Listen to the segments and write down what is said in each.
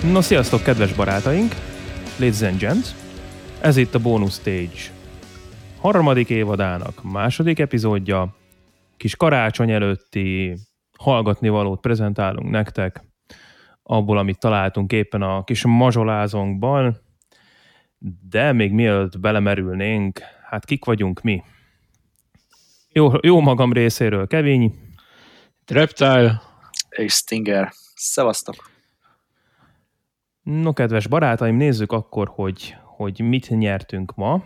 No, sziasztok, kedves barátaink! Ladies and gents! Ez itt a Bonus Stage harmadik évadának második epizódja. Kis karácsony előtti hallgatnivalót prezentálunk nektek abból, amit találtunk éppen a kis mazsolázónkban. De még mielőtt belemerülnénk, hát kik vagyunk mi? Jó magam részéről Kevin. Reptile. És Stinger. Szevasztok! No, kedves barátaim, nézzük akkor, hogy mit nyertünk ma.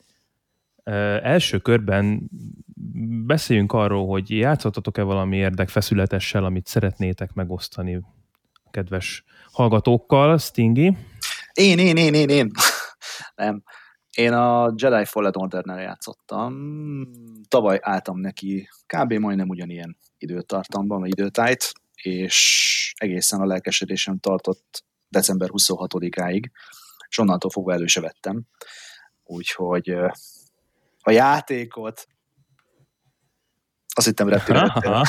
Első körben beszéljünk arról, hogy játszottatok-e valami érdekfeszületessel, amit szeretnétek megosztani a kedves hallgatókkal. Stingy? Én. Nem. Én a Jedi Fallen Order-nel játszottam. Tavaly álltam neki kb. Majdnem ugyanilyen időtartamban, vagy időtájt, és egészen a lelkesedésem tartott december 26-áig, és onnantól fogva elő se vettem. Úgyhogy a játékot azt hittem reptile.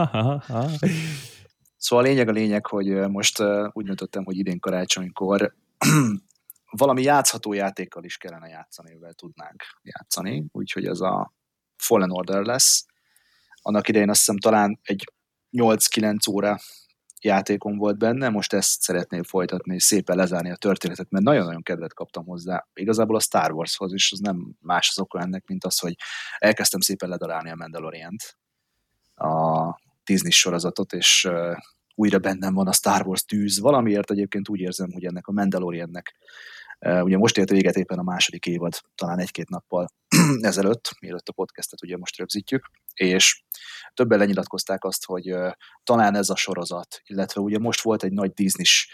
Szóval a lényeg, hogy most úgy döntöttem, hogy idén karácsonykor valami játszható játékkal is kellene játszani, mivel tudnánk játszani, úgyhogy ez a Fallen Order lesz. Annak idején azt hiszem talán egy 8-9 óra játékom volt benne, most ezt szeretném folytatni, és szépen lezárni a történetet, mert nagyon-nagyon kedvet kaptam hozzá. Igazából a Star Warshoz, és az nem más az oka ennek, mint az, hogy elkezdtem szépen ledarálni a Mandaloriant, a Disney sorozatot, és újra bennem van a Star Wars tűz. Valamiért egyébként úgy érzem, hogy ennek a Mandaloriannek ugye most ért véget éppen a második évad, talán 1-2 nappal ezelőtt, mielőtt a podcastet ugye most rögzítjük, és többen lenyilatkozták azt, hogy talán ez a sorozat, illetve ugye most volt egy nagy Disney-s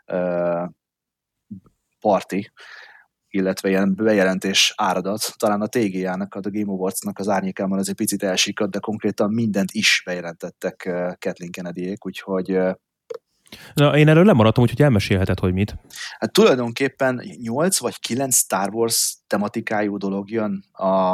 party, illetve ilyen bejelentés áradat, talán a TGA-nak, a Game Awards-nak az árnyékában ez egy picit elsikadt, de konkrétan mindent is bejelentettek Kathleen Kennedy-ék, úgyhogy Na, én erről lemaradtam, úgyhogy elmesélheted, hogy mit. Hát tulajdonképpen 8 vagy 9 Star Wars tematikájú dolog jön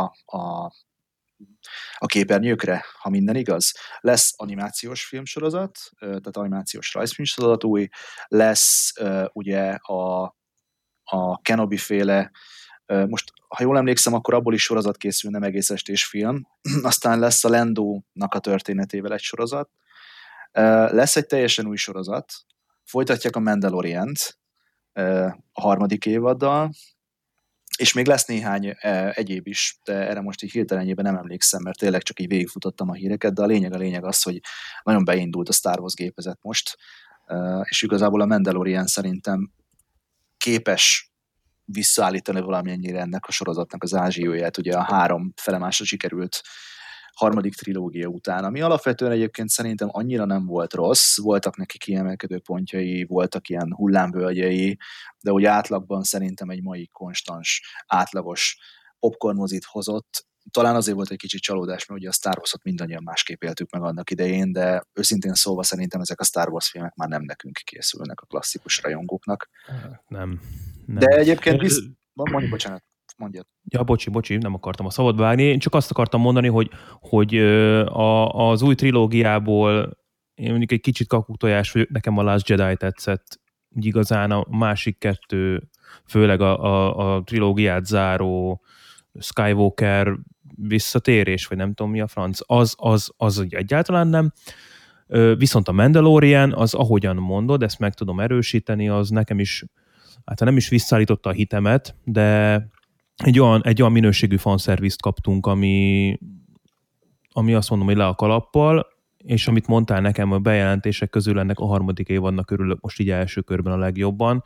a képernyőkre, ha minden igaz. Lesz animációs filmsorozat, tehát animációs rajzfilmsorozat új, lesz ugye a Kenobi-féle, most, ha jól emlékszem, akkor abból is sorozat készül, nem egész estés film. Aztán lesz a Lando-nak a történetével egy sorozat. Lesz egy teljesen új sorozat, folytatják a Mandaloriant a harmadik évaddal, és még lesz néhány egyéb is, de erre most így hirtelenjében nem emlékszem, mert tényleg csak így végigfutottam a híreket, de a lényeg az, hogy nagyon beindult a Star Wars gépezet most, és igazából a Mandalorian szerintem képes visszaállítani valamennyire ennek a sorozatnak az ázsióját, ugye a 3 felemásra sikerült harmadik trilógia után, ami alapvetően egyébként szerintem annyira nem volt rossz, voltak neki kiemelkedő pontjai, voltak ilyen hullámvölgyei, de úgy átlagban szerintem egy mai konstans, átlagos popcornmozit hozott. Talán azért volt egy kicsit csalódás, mert ugye a Star Wars-ot mindannyian másképp éltük meg annak idején, de őszintén szólva szerintem ezek a Star Wars filmek már nem nekünk készülnek, a klasszikus rajongóknak. Nem. De egyébként bocsánat. Mondjad. Ja, bocsi, nem akartam a szabadba vágni. Én csak azt akartam mondani, hogy az új trilógiából én mondjuk egy kicsit kakuktojás vagyok, nekem a Last Jedi tetszett. Úgy igazán a másik 2, főleg a trilógiát záró Skywalker visszatérés, vagy nem tudom mi a franc, az egyáltalán nem. Viszont a Mandalorian, az ahogyan mondod, ezt meg tudom erősíteni, az nekem is, hát nem is visszaállította a hitemet, de egy olyan minőségű fanszervizt kaptunk, ami azt mondom, hogy le a kalappal, és amit mondtál nekem a bejelentések közül, ennek a harmadik évadnak örülök most így első körben a legjobban.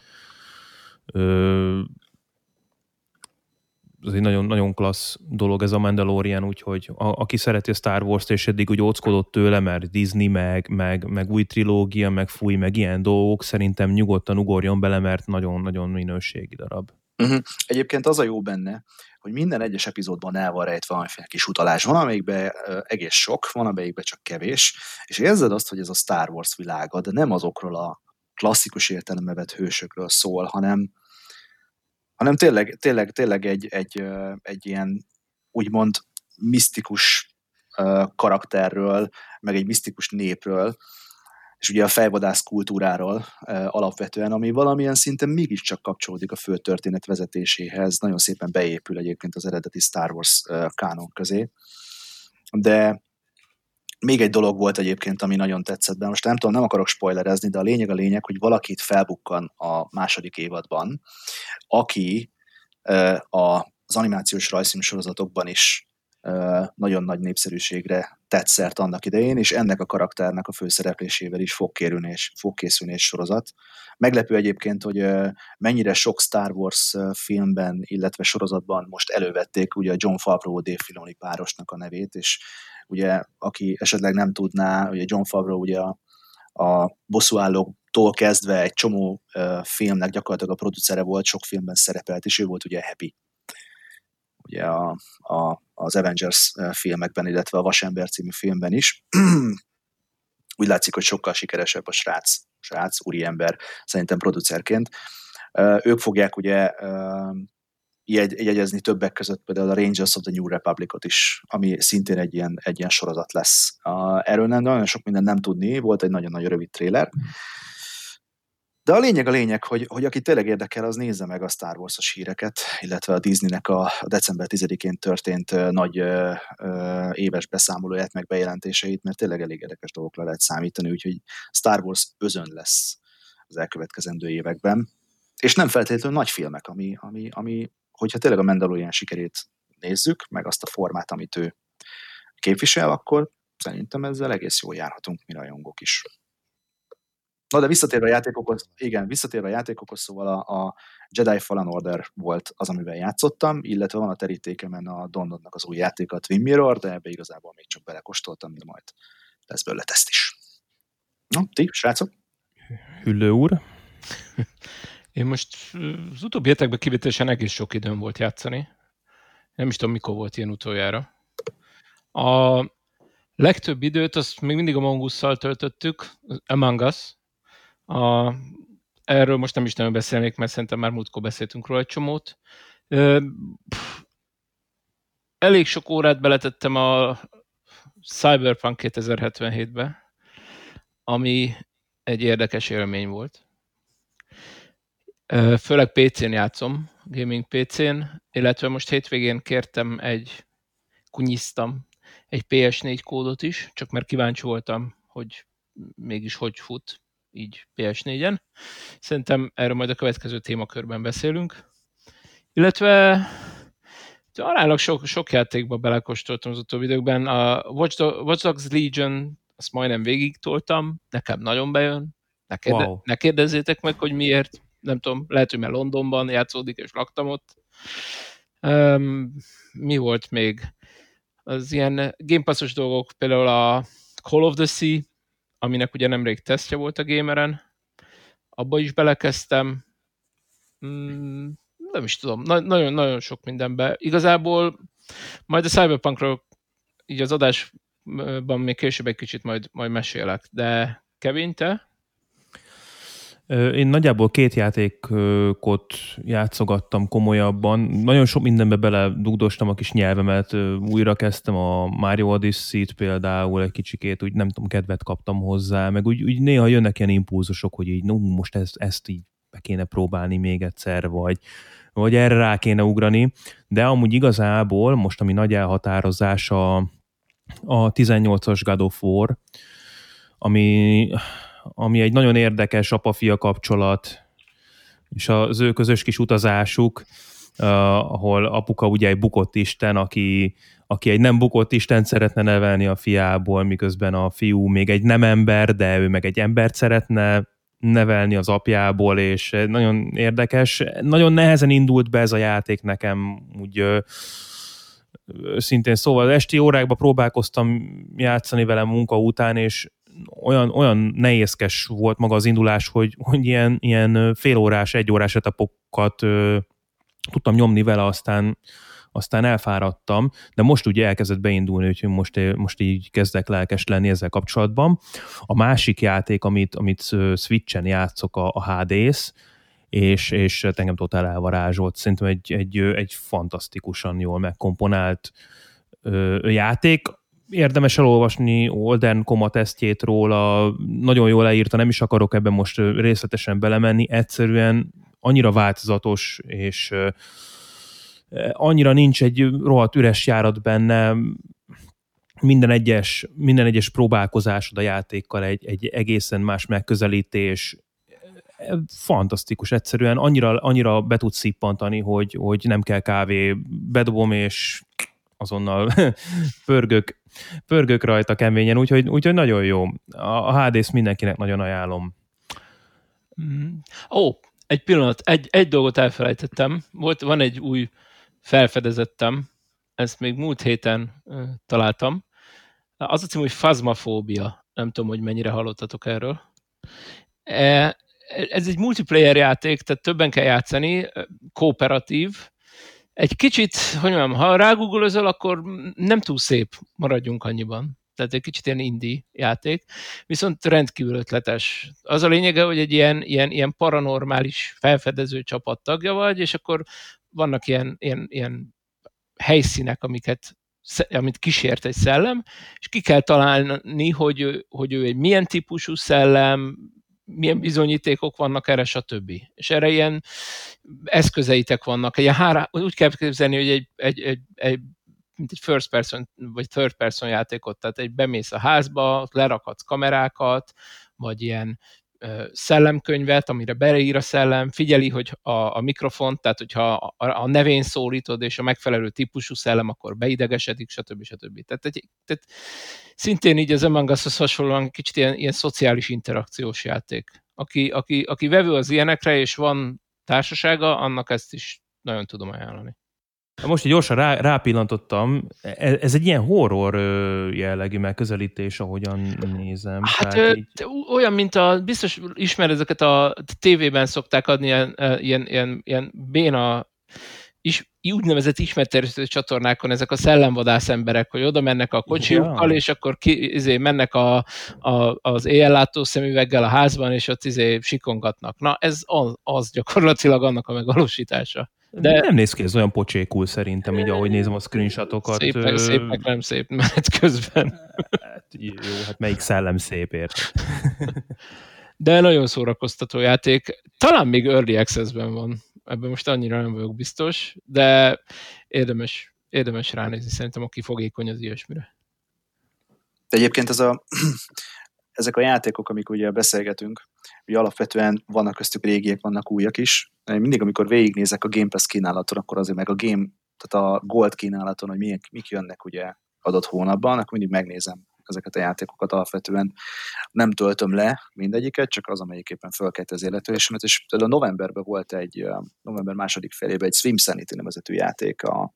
Ez egy nagyon, nagyon klassz dolog ez a Mandalorian, úgyhogy aki szereti a Star Wars-t, és eddig úgy óckodott tőle, mert Disney, meg új trilógia, meg fúj, meg ilyen dolgok, szerintem nyugodtan ugorjon bele, mert nagyon-nagyon minőségi darab. Uh-huh. Egyébként az a jó benne, hogy minden egyes epizódban el van rejtve valamiféle kis utalás. Van, amelyikben egész sok, van, amelyikben csak kevés, és érzed azt, hogy ez a Star Wars világa, de nem azokról a klasszikus értelembe vett hősökről szól, hanem tényleg egy ilyen úgymond misztikus karakterről, meg egy misztikus népről, és ugye a fejvadász kultúráról alapvetően, ami valamilyen szinten mégiscsak kapcsolódik a fő történet vezetéséhez, nagyon szépen beépül egyébként az eredeti Star Wars kánon közé. De még egy dolog volt egyébként, ami nagyon tetszett be. Most nem tudom, nem akarok spoilerezni, de a lényeg, hogy valakit felbukkan a második évadban, aki az animációs rajzfilmsorozatokban is nagyon nagy népszerűségre tett szert annak idején, és ennek a karakternek a főszereplésével is fog készülni egy sorozat. Meglepő egyébként, hogy mennyire sok Star Wars filmben, illetve sorozatban most elővették ugye a Jon Favreau Dave Filoni párosnak a nevét, és ugye aki esetleg nem tudná, ugye Jon Favreau ugye a bosszúállóktól kezdve egy csomó filmnek gyakorlatilag a producere volt, sok filmben szerepelt, és ő volt ugye Happy. Ugye az Avengers filmekben, illetve a Vasember című filmben is. Úgy látszik, hogy sokkal sikeresebb a srác, úriember, szerintem producerként. Ők fogják ugye jegyezni többek között például a Rangers of the New Republicot is, ami szintén egy ilyen sorozat lesz. Erről nagyon sok minden nem tudni, volt egy nagyon-nagyon rövid trailer. De a lényeg, hogy aki tényleg érdekel, az nézze meg a Star Wars-os híreket, illetve a Disneynek a december 10-én történt nagy éves beszámolóját, meg bejelentéseit, mert tényleg elég érdekes dolgokra lehet számítani, úgyhogy Star Wars özön lesz az elkövetkezendő években. És nem feltétlenül nagy filmek, ami hogyha tényleg a Mandalorian sikerét nézzük, meg azt a formát, amit ő képvisel, akkor szerintem ezzel egész jól járhatunk mi rajongók is. Na de visszatérve a játékokhoz, szóval a Jedi Fallen Order volt az, amivel játszottam, illetve van a terítékemen a Dondonnak az új játéka, a Twin Mirror, de ebbe igazából még csak belekóstoltam, de majd lesz belőle teszt is. Na, ti, srácok? Hüllő úr? Én most az utóbbi hetekben kivételesen egész sok időm volt játszani. Nem is tudom, mikor volt ilyen utoljára. A legtöbb időt azt még mindig a Mongoose-szal töltöttük, Among Us. Erről most nem is nagyon beszélnék, mert szerintem már múltkor beszéltünk róla egy csomót. Elég sok órát beletettem a Cyberpunk 2077-be, ami egy érdekes élmény volt. Főleg PC-n játszom, gaming PC-n, illetve most hétvégén kértem kunyiztam egy PS4 kódot is, csak mert kíváncsi voltam, hogy mégis hogy fut így PS4-en. Szerintem erről majd a következő témakörben beszélünk. Illetve aránylag sok játékba belekóstoltam az utóbbi időkben. A Watch Dogs Legion, azt majdnem végig toltam, nekem nagyon bejön. Ne kérdezzétek meg, hogy miért. Nem tudom, lehet, hogy mert Londonban játszódik, és laktam ott. Mi volt még? Az ilyen Game Pass-os dolgok, például a Call of the Sea, aminek ugye nemrég tesztje volt a Gameren. Abba is belekezdtem. Nem is tudom, nagyon sok mindenbe. Igazából majd a Cyberpunkról így az adásban még később egy kicsit majd mesélek. De Kevin, te? Én nagyjából 2 játékot játszogattam komolyabban. Nagyon sok mindenbe beledugdostam a kis nyelvemet. Újra kezdtem a Mario Odyssey-t például egy kicsikét, úgy nem tudom, kedvet kaptam hozzá, meg úgy néha jönnek ilyen impulzusok, hogy így most ezt így be kéne próbálni még egyszer, vagy erre rá kéne ugrani. De amúgy igazából most, ami nagy elhatározás a 18-as God of War, ami egy nagyon érdekes apa-fia kapcsolat, és az ő közös kis utazásuk, ahol apuka ugye egy bukott isten, aki egy nem bukott istent szeretne nevelni a fiából, miközben a fiú még egy nem ember, de ő meg egy embert szeretne nevelni az apjából, és nagyon érdekes. Nagyon nehezen indult be ez a játék nekem, úgy szintén szóval esti órákban próbálkoztam játszani vele munka után, és olyan nehézkes volt maga az indulás, hogy ilyen félórás, egyórás etapokat tudtam nyomni vele, aztán elfáradtam, de most ugye elkezdett beindulni, úgyhogy most így kezdek lelkes lenni ezzel kapcsolatban. A másik játék, amit Switchen játszok, a Hades, és engem totál elvarázsolt. Szerintem egy fantasztikusan jól megkomponált játék. Érdemes elolvasni Olden Koma tesztjét róla, nagyon jól leírta, nem is akarok ebben most részletesen belemenni, egyszerűen annyira változatos, és annyira nincs egy rohadt üres járat benne, minden egyes próbálkozásod a játékkal egy egészen más megközelítés, fantasztikus, egyszerűen annyira be tudsz szippantani, hogy nem kell kávé, bedobom, és azonnal pörgök rajta keményen, úgyhogy nagyon jó. A Hades mindenkinek nagyon ajánlom. Egy pillanat, egy dolgot elfelejtettem. Van egy új felfedezettem, ezt még múlt héten találtam. Az a cím, hogy Phasmophobia. Nem tudom, hogy mennyire hallottatok erről. Ez egy multiplayer játék, tehát többen kell játszani, kooperatív. Egy kicsit, hogy mondjam, ha rágoogolozol, akkor nem túl szép, maradjunk annyiban. Tehát egy kicsit ilyen indie játék, viszont rendkívül ötletes. Az a lényege, hogy egy ilyen paranormális felfedező csapat tagja vagy, és akkor vannak ilyen helyszínek, amit kísért egy szellem, és ki kell találni, hogy ő egy milyen típusú szellem, milyen bizonyítékok vannak erre, stb. És erre ilyen eszközeitek vannak. Úgy kell képzelni, hogy mint egy first person, vagy third person játékot, tehát bemész a házba, lerakadsz kamerákat, vagy ilyen szellemkönyvet, amire beleír a szellem, figyeli, hogy a mikrofont, tehát hogyha a nevén szólítod, és a megfelelő típusú szellem, akkor beidegesedik, stb. Tehát szintén így az Among Us-hoz hasonlóan kicsit ilyen szociális interakciós játék. Aki vevő az ilyenekre, és van társasága, annak ezt is nagyon tudom ajánlani. Most így gyorsan rápillantottam, ez egy ilyen horror jellegű megközelítés, ahogyan nézem. Hát olyan, mint biztos ismer ezeket a tévében szokták adni ilyen béna, úgynevezett ismert terjesztő csatornákon ezek a szellemvadász emberek, hogy oda mennek a kocsiukkal, és akkor mennek az éjjellátó szemüveggel a házban, és ott sikongatnak. Na, ez az gyakorlatilag annak a megvalósítása. De nem néz ki ez olyan pocsékul szerintem, így ahogy nézem a screenshotokat. Szépnek nem szép menet közben. Jó, hát melyik szellem szép, érted? De nagyon szórakoztató játék. Talán még Early Access-ben van. Ebben most annyira nem vagyok biztos, de érdemes ránézni, szerintem, aki fogékony az ilyesmire. De egyébként ezek a játékok, amik ugye beszélgetünk, ugye alapvetően vannak köztük régiek, vannak újak is. Mindig, amikor végignézek a Game Pass kínálaton, akkor azért meg tehát a Gold kínálaton, hogy mik jönnek ugye adott hónapban, akkor mindig megnézem ezeket a játékokat alapvetően. Nem töltöm le mindegyiket, csak az, amelyik éppen fölkelt az életősémet, és például novemberben volt november második felében egy Swim Sanity nevezetű játék a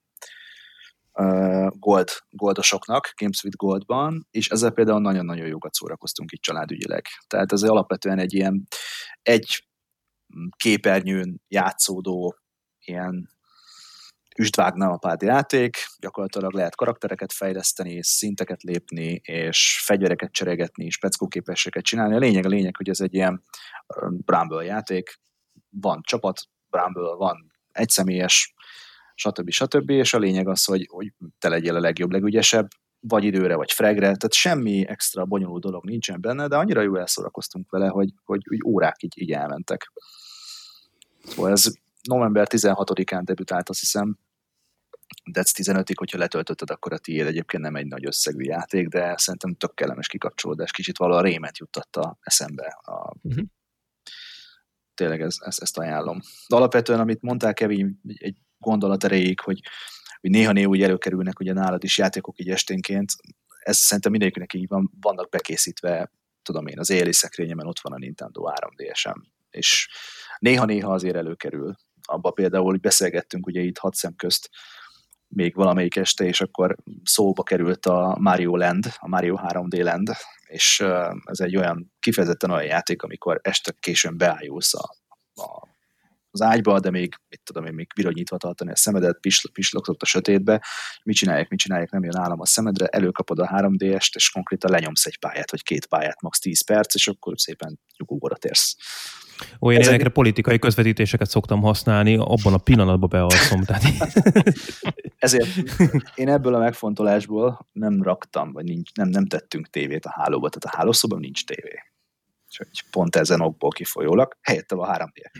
goldosoknak, Games with Goldban, és ezzel például nagyon-nagyon jókat szórakoztunk itt családügyileg. Tehát ez alapvetően egy képernyőn játszódó ilyen üstvágnalapád játék, gyakorlatilag lehet karaktereket fejleszteni, szinteket lépni, és fegyvereket cserégetni, és speckóképességet csinálni. A lényeg, hogy ez egy ilyen Bramble játék, van csapat, Bramble, van egyszemélyes, stb. És a lényeg az, hogy te legyél a legjobb, legügyesebb, vagy időre, vagy fregre, tehát semmi extra bonyolult dolog nincsen benne, de annyira jól elszórakoztunk vele, hogy órák így elmentek. Szóval ez november 16-án debütált, azt hiszem, Dec 15-ig, hogyha letöltötted, akkor a tiéd. Egyébként nem egy nagy összegű játék, de szerintem tök kellemes kikapcsolódás, kicsit valahol rémet juttatta eszembe. Tényleg ezt ajánlom. De alapvetően, amit mondtál, Kevin, egy gondolat erejéig, hogy néha-néha úgy előkerülnek ugye nálad is játékok így esténként, ez szerintem mindenkinek így vannak bekészítve, tudom én, az éjjeli szekrényemen ott van a Nintendo 3DS-em, és néha-néha azért előkerül. Abba például beszélgettünk ugye itt 6 szem közt még valamelyik este, és akkor szóba került a Mario Land, a Mario 3D Land, és ez egy olyan, kifejezetten olyan játék, amikor este későn beájulsz az ágyba, de még vironyítva tartani a szemedet, pislogtott a sötétbe, mit csinálják, nem jön állam a szemedre, előkapod a 3D-est, és konkrétan lenyomsz egy pályát, vagy 2 pályát, max 10 perc, és akkor szépen nyugodra térsz. Olyan ilyenekre politikai közvetítéseket szoktam használni, abban a pillanatban bealszom. Tehát... Ezért én ebből a megfontolásból nem raktam, vagy nem tettünk tévét a hálóba, tehát a hálószobban nincs tévé. Úgyhogy pont ezen okból kifolyólag helyette a 3D.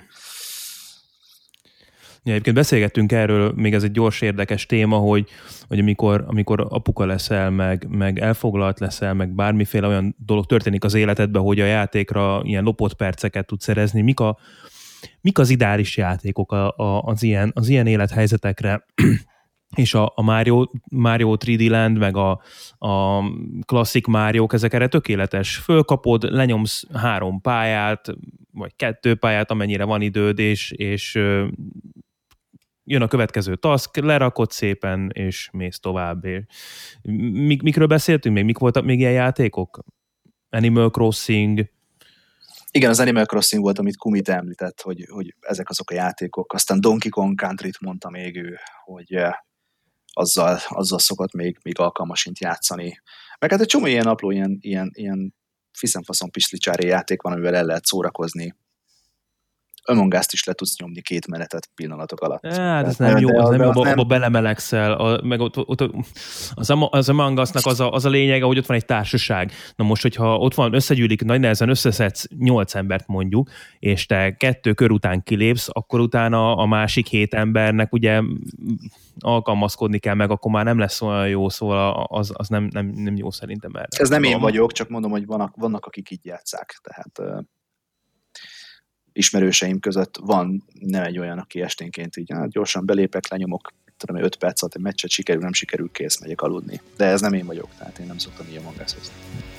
Ja, egyébként beszélgettünk erről, még ez egy gyors, érdekes téma, hogy amikor apuka leszel, meg elfoglalt leszel, meg bármiféle olyan dolog történik az életedben, hogy a játékra ilyen lopott perceket tudsz szerezni, mik az ideális játékok az ilyen élethelyzetekre, és a Mario 3D Land, meg a klasszik Máriók, ezek erre tökéletes. Fölkapod, lenyomsz 3 pályát, vagy 2 pályát, amennyire van időd, és jön a következő task, lerakod szépen, és mész tovább. Mikről beszéltünk még? Mik voltak még ilyen játékok? Animal Crossing. Igen, az Animal Crossing volt, amit Kumit említett, hogy ezek azok a játékok. Aztán Donkey Kong Country-t mondta még ő, hogy azzal szokott még alkalmasint játszani. Meg hát egy csomó ilyen apró, ilyen fiszemfaszon pislicsári játék van, amivel el lehet szórakozni. Among Us-t is le tudsz nyomni 2 menetet pillanatok alatt. Hát ez nem jó, abba belemelegszel. Meg ott az Among Us-nak az a lényege, hogy ott van egy társaság. Na most, hogyha ott van, összegyűlik, nagy nehezen összeszedsz 8 embert mondjuk, és te 2 kör után kilépsz, akkor utána a másik 7 embernek ugye alkalmazkodni kell, meg akkor már nem lesz olyan jó, szóval az nem jó szerintem erre. Ez nem én vagyok, csak mondom, hogy vannak akik így játsszák. Tehát ismerőseim között van nem egy olyan, aki esténként így gyorsan belépek, lenyomok, 5 perc alatt egy meccset, sikerül, nem sikerül, kész, megyek aludni. De ez nem én vagyok, tehát én nem szoktam ilyen magáshozni.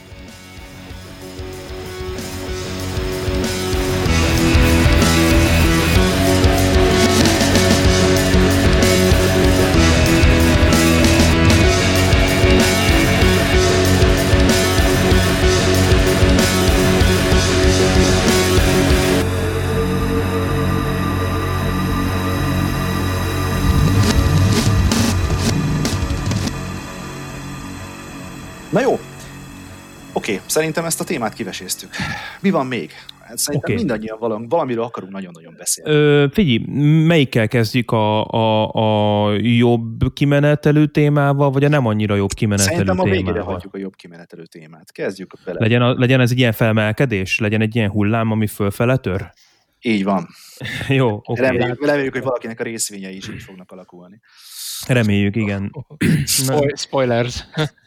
Na jó, oké, szerintem ezt a témát kiveséztük. Mi van még? Szerintem mindannyian valamiről akarunk nagyon-nagyon beszélni. Figyelj, melyikkel kezdjük a jobb kimenetelő témával, vagy a nem annyira jobb kimenetelő témával? Szerintem a végére hagyjuk a jobb kimenetelő témát. Kezdjük bele. Legyen ez egy ilyen felmelkedés? Legyen egy ilyen hullám, ami fölfele tör? Így van. Jó, oké. Reméljük, hogy valakinek a részvényei is így fognak alakulni. Reméljük, igen. Spoilers.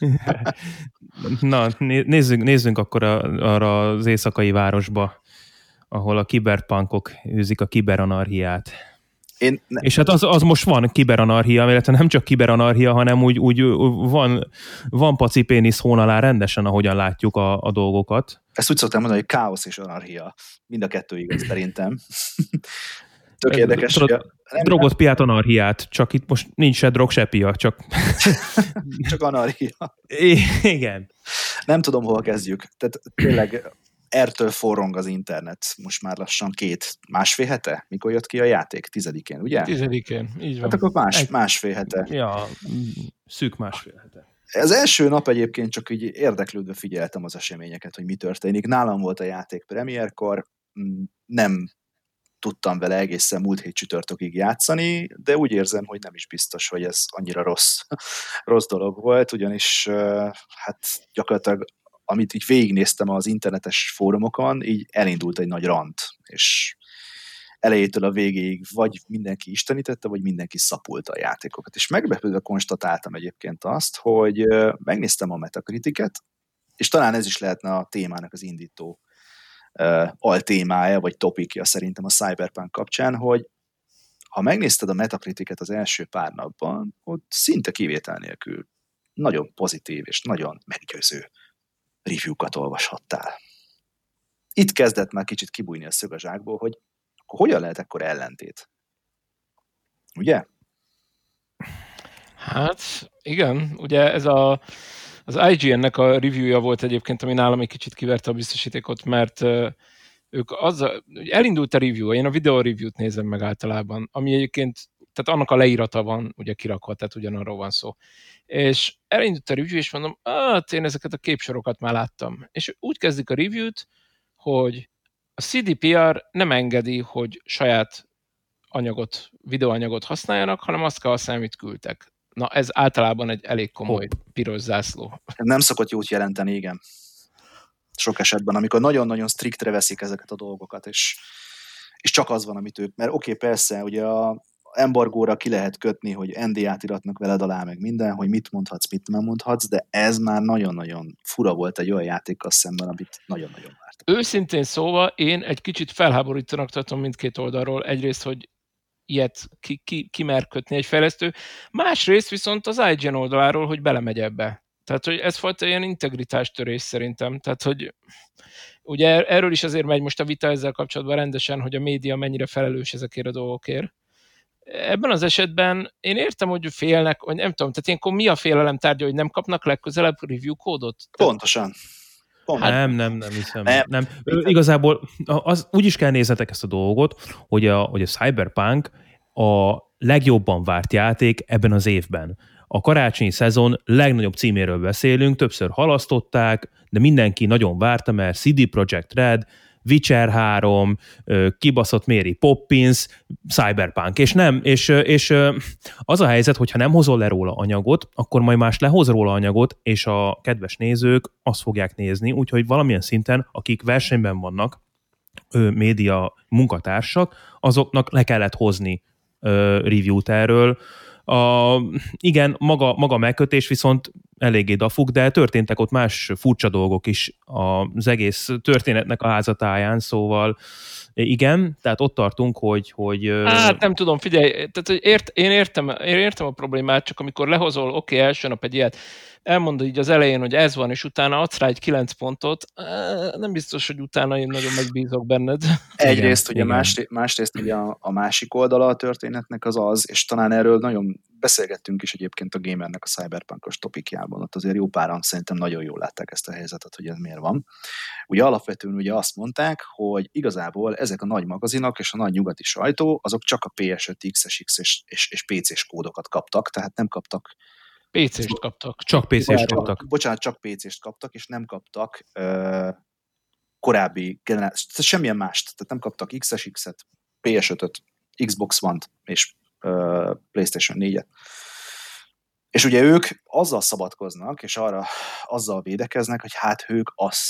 Na, nézzünk akkor arra az éjszakai városba, ahol a kiberpunkok űzik a kiberanarhiát. És hát az most van kiberanarchia, illetve nem csak kiberanarchia, hanem úgy van paci pénisz hón alá rendesen, ahogyan látjuk a dolgokat. Ezt úgy szoktam mondani, hogy káosz és anarchia. Mind a kettő igaz szerintem. Tök érdekes. Drogot, piát, anarchiát, csak itt most nincs se drog, se pia, csak... csak anarchia. Igen. Nem tudom, hol kezdjük. Tehát tényleg ertől forrong az internet most már lassan 2-1,5 hete? Mikor jött ki a játék? 10-én, ugye? 10-én, így van. Hát akkor másfél hete. Ja, szűk másfél hete. Az első nap egyébként csak így érdeklődve figyeltem az eseményeket, hogy mi történik. Nálam volt a játék premierkor, nem tudtam vele egészen múlt hét csütörtökig játszani, de úgy érzem, hogy nem is biztos, hogy ez annyira rossz dolog volt, ugyanis hát gyakorlatilag amit így végignéztem az internetes fórumokon, így elindult egy nagy rant, és elejétől a végéig vagy mindenki istenítette, vagy mindenki szapulta a játékokat. És meglepődve konstatáltam egyébként azt, hogy megnéztem a Metacritiket, és talán ez is lehetne a témának az indító altémája, vagy topikja szerintem a Cyberpunk kapcsán, hogy ha megnézted a Metacritiket az első pár napban, ott szinte kivétel nélkül nagyon pozitív és nagyon meggyőző review-kat olvashattál. Itt kezdett már kicsit kibújni a szög a zsákból, hogy hogyan lehet ekkor ellentét? Ugye? Hát, igen. Ugye ez az IGN-nek a reviewja volt egyébként, ami nálam egy kicsit kiverte a biztosítékot, mert ők elindult a review, én a videó review-t nézem meg általában, ami egyébként, tehát annak a leírata van ugye kirakva, tehát ugyanarról van szó. És elindult a review, és mondom, én ezeket a képsorokat már láttam. És úgy kezdik a review-t, hogy A CDPR nem engedi, hogy saját videóanyagot használjanak, hanem azt kell használni, amit küldtek. Na, ez általában egy elég komoly piros zászló. Nem szokott jót jelenteni, igen. Sok esetben, amikor nagyon-nagyon striktre veszik ezeket a dolgokat, és csak az van, amit ők, mert oké, persze, ugye a embargóra ki lehet kötni, hogy NDA-t iratnak veled alá, meg minden, hogy mit mondhatsz, mit nem mondhatsz, de ez már nagyon-nagyon fura volt egy olyan játékkal szemben, amit nagyon-nagyon várt. Őszintén szóval én egy kicsit felháborítanak tartom mindkét oldalról. Egyrészt, hogy ilyet ki mer kötni egy fejlesztő, másrészt viszont az IGN oldaláról, hogy belemegy ebbe. Tehát, hogy ez fajta ilyen integritástörés szerintem. Tehát, hogy ugye erről is azért megy most a vita ezzel kapcsolatban rendesen, hogy a média mennyire felelős ezekért a dolgokért. Ebben az esetben én értem, hogy félnek, vagy nem tudom, tehát ilyenkor mi a félelem tárgya, hogy nem kapnak legközelebb review kódot? Pontosan. Nem hiszem. Nem. Igazából úgy is kell néznetek ezt a dolgot, hogy a Cyberpunk a legjobban várt játék ebben az évben. A karácsonyi szezon legnagyobb címéről beszélünk, többször halasztották, de mindenki nagyon várta, mert CD Projekt Red, Witcher 3, kibaszott Mary Poppins, Cyberpunk, és az a helyzet, hogyha nem hozol le róla anyagot, akkor majd más lehoz róla anyagot, és a kedves nézők azt fogják nézni, úgyhogy valamilyen szinten, akik versenyben vannak, média munkatársak, azoknak le kellett hozni review-t erről. Igen, maga megkötés viszont eléggé dafuk, de történtek ott más furcsa dolgok is az egész történetnek a házatáján, szóval igen, tehát ott tartunk, hogy Hát nem tudom, figyelj, tehát én értem a problémát, csak amikor lehozol, oké, első nap egy ilyet, elmondod így az elején, hogy ez van, és utána adsz rá egy 9 pontot, nem biztos, hogy utána én nagyon megbízok benned. Egyrészt, ugye másrészt ugye a másik oldala a történetnek az, és talán erről nagyon beszélgettünk is egyébként a Gamernek a Cyberpunkos topikjában, ott azért jó páran szerintem nagyon jól látták ezt a helyzetet, hogy ez miért van. Ugye alapvetően ugye azt mondták, hogy igazából ezek a nagy magazinok és a nagy nyugati sajtó, azok csak a PS5, XSX és PC-s kódokat kaptak, tehát nem kaptak PC-st kaptak. Csak PC-st kaptak. Bocsánat, csak PC-st kaptak, és nem kaptak korábbi generációt, semmilyen mást. Tehát nem kaptak XSX-et, PS5-öt, Xbox One-t és PlayStation 4-et. És ugye ők azzal szabadkoznak, és azzal védekeznek, hogy hát ők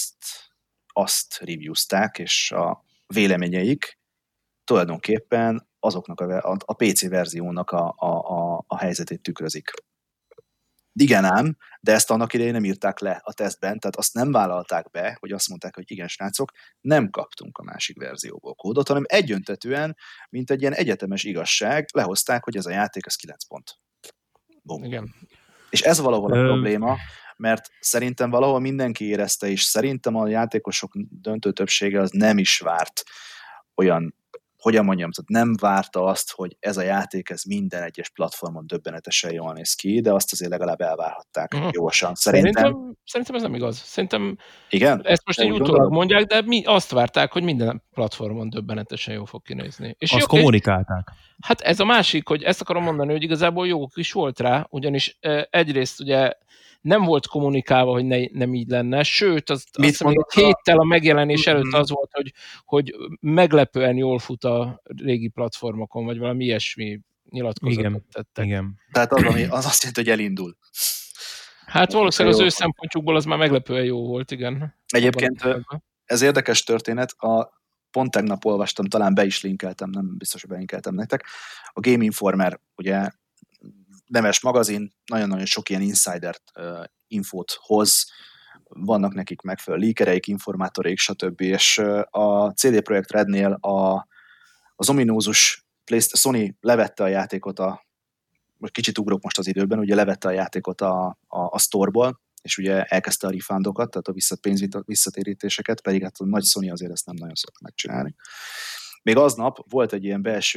azt reviewzták, és a véleményeik tulajdonképpen azoknak a PC verziónak a helyzetét tükrözik. Igen ám, de ezt annak idején nem írták le a tesztben, tehát azt nem vállalták be, hogy azt mondták, hogy igen, srácok, nem kaptunk a másik verzióból kódot, hanem egyöntetűen, mint egy ilyen egyetemes igazság, lehozták, hogy ez a játék, ez 9 pont. Bum. Igen. És ez valahol a probléma, mert szerintem valahol mindenki érezte, és szerintem a játékosok döntő többsége az nem is várt olyan, hogyan mondjam, tehát nem várta azt, hogy ez a játék, ez minden egyes platformon döbbenetesen jól néz ki, de azt azért legalább elvárhatták jósan. Szerintem ez nem igaz. Szerintem igen? Ezt most egy utólag mondják, de azt várták, hogy minden platformon döbbenetesen jól fog kinézni. És azt kommunikálták. Hát ez a másik, hogy ezt akarom mondani, hogy igazából jó is volt rá, ugyanis egyrészt ugye nem volt kommunikálva, hogy nem így lenne, sőt, azt héttel a megjelenés előtt az volt, hogy meglepően jól fut a régi platformokon, vagy valami ilyesmi nyilatkozatot tettek. Igen. Tehát az azt jelenti, hogy elindul. Hát valószínűleg az ő szempontjukból az már meglepően jó volt, igen. Egyébként ez érdekes történet, pont tegnap olvastam, talán be is linkeltem, nem biztos, hogy belinkeltem nektek. A Game Informer, ugye neves magazin, nagyon-nagyon sok ilyen insider infót hoz, vannak nekik megfelelő leakereik, informátoraik, stb. És a CD Projekt Rednél az ominózus Sony levette a játékot, most kicsit ugrok most az időben, ugye levette a játékot a store-ból, és ugye elkezdte a refundokat, tehát a visszatérítéseket, pedig hát a nagy Sony azért ezt nem nagyon szokta megcsinálni. Még aznap volt egy ilyen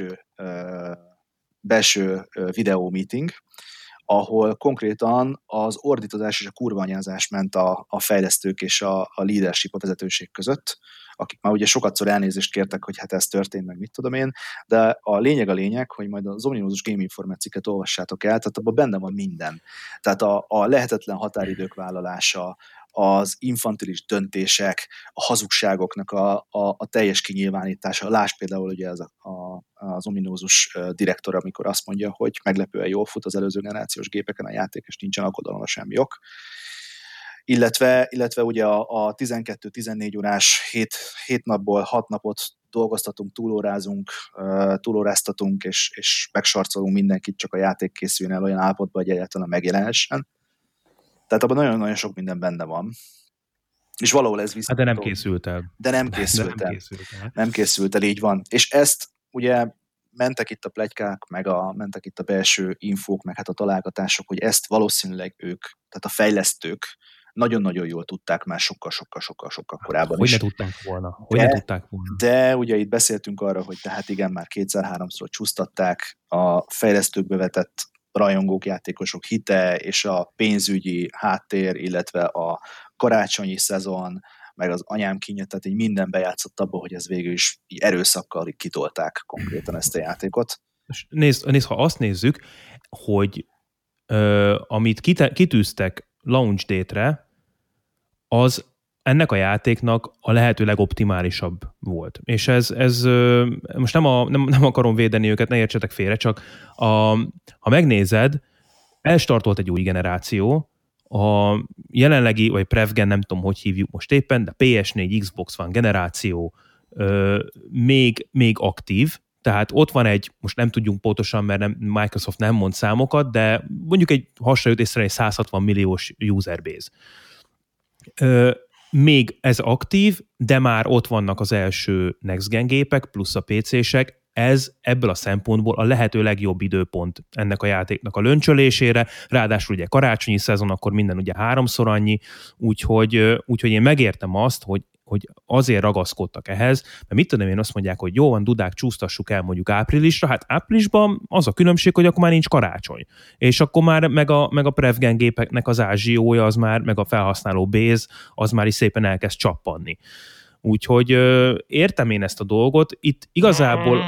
belső videó meeting, ahol konkrétan az ordítozás és a kurvanyázás ment a fejlesztők és a leadership, a vezetőség között, akik már ugye sokatszor elnézést kértek, hogy hát ez történt, meg mit tudom én, de a lényeg, hogy majd az ominózus Game Informer cikket olvassátok el, tehát abban benne van minden. Tehát a lehetetlen határidők vállalása, az infantilis döntések, a hazugságoknak a teljes kinyilvánítása. Lásd például ugye az ominózus direktor, amikor azt mondja, hogy meglepően jól fut az előző generációs gépeken a játék, és nincsen aggodalomra semmi ok. Illetve ugye a 12-14 órás 7 napból 6 napot dolgoztatunk, túlóráztatunk, és megsarcolunk mindenkit, csak a játék készüljön el olyan állapotban, hogy egyáltalán megjelenhessen. Tehát abban nagyon-nagyon sok minden benne van. És valahol ez visszató. De nem készült el. Nem készült el, így van. És ezt ugye mentek itt a pletykák, mentek itt a belső infók, meg hát a találgatások, hogy ezt valószínűleg ők, tehát a fejlesztők nagyon-nagyon jól tudták már sokkal korábban is. Hogy ne tudták volna. De ugye itt beszéltünk arra, hogy tehát igen, már 2-3-szor csúsztatták a fejlesztőkbe vetett rajongók, játékosok hite, és a pénzügyi háttér, illetve a karácsonyi szezon, meg az anyám kínja, tehát így minden bejátszott abba, hogy ez végül is így erőszakkal kitolták konkrétan ezt a játékot. Nézd, ha azt nézzük, hogy amit kitűztek launch date-re, az ennek a játéknak a lehető legoptimálisabb volt. És ez most nem akarom védeni őket, ne értsetek félre, csak ha megnézed, elstartolt egy új generáció, a jelenlegi, vagy Prevgen, nem tudom, hogy hívjuk most éppen, de PS4, Xbox One generáció még aktív, tehát ott van most nem tudjunk pontosan, mert Microsoft nem mond számokat, de mondjuk egy hasonló észre egy 160 milliós user base. Még ez aktív, de már ott vannak az első Next Gen gépek, plusz a PC-sek, ez ebből a szempontból a lehető legjobb időpont ennek a játéknak a löncsölésére, ráadásul ugye karácsonyi szezon, akkor minden ugye 3-szor annyi, úgyhogy én megértem azt, hogy azért ragaszkodtak ehhez, mert mit tudom én, azt mondják, hogy jó van, dudák, csúsztassuk el mondjuk áprilisra, hát áprilisban az a különbség, hogy akkor már nincs karácsony. És akkor már meg a Prevgen gépeknek az ázsiója, az már, meg a felhasználó base, az már is szépen elkezd csappanni. Úgyhogy értem én ezt a dolgot. Itt igazából,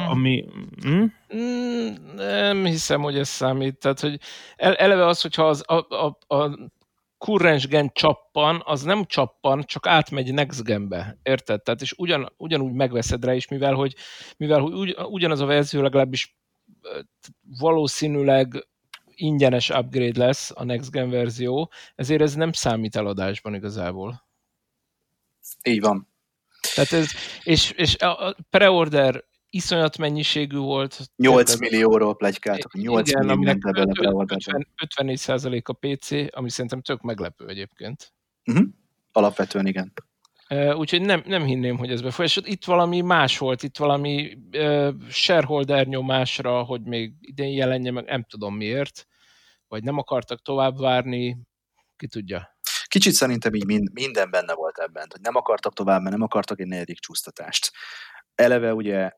Nem hiszem, hogy ez számít. Tehát, hogy eleve az, hogyha a kurrens gen csappan, az nem csappan, csak átmegy next genbe. Érted? Tehát, és ugyanúgy megveszed rá is, mivel hogy ugyanaz a verzió legalábbis valószínűleg ingyenes upgrade lesz a next gen verzió, ezért ez nem számít eladásban igazából. Így van. Tehát és a preorder iszonyat mennyiségű volt. 8 millióról pletykáltak, 8 igen, millió ment ebben a preorderben. 54% a PC, ami szerintem tök meglepő egyébként. Alapvetően igen. Úgyhogy nem hinném, hogy ez befolyásolt. Itt valami más volt, itt valami shareholder nyomásra, hogy még idén jelenje meg, nem tudom miért, vagy nem akartak tovább várni, ki tudja. Kicsit szerintem így minden benne volt ebben, hogy nem akartak tovább, mert nem akartak egy negyedik csúsztatást. Eleve ugye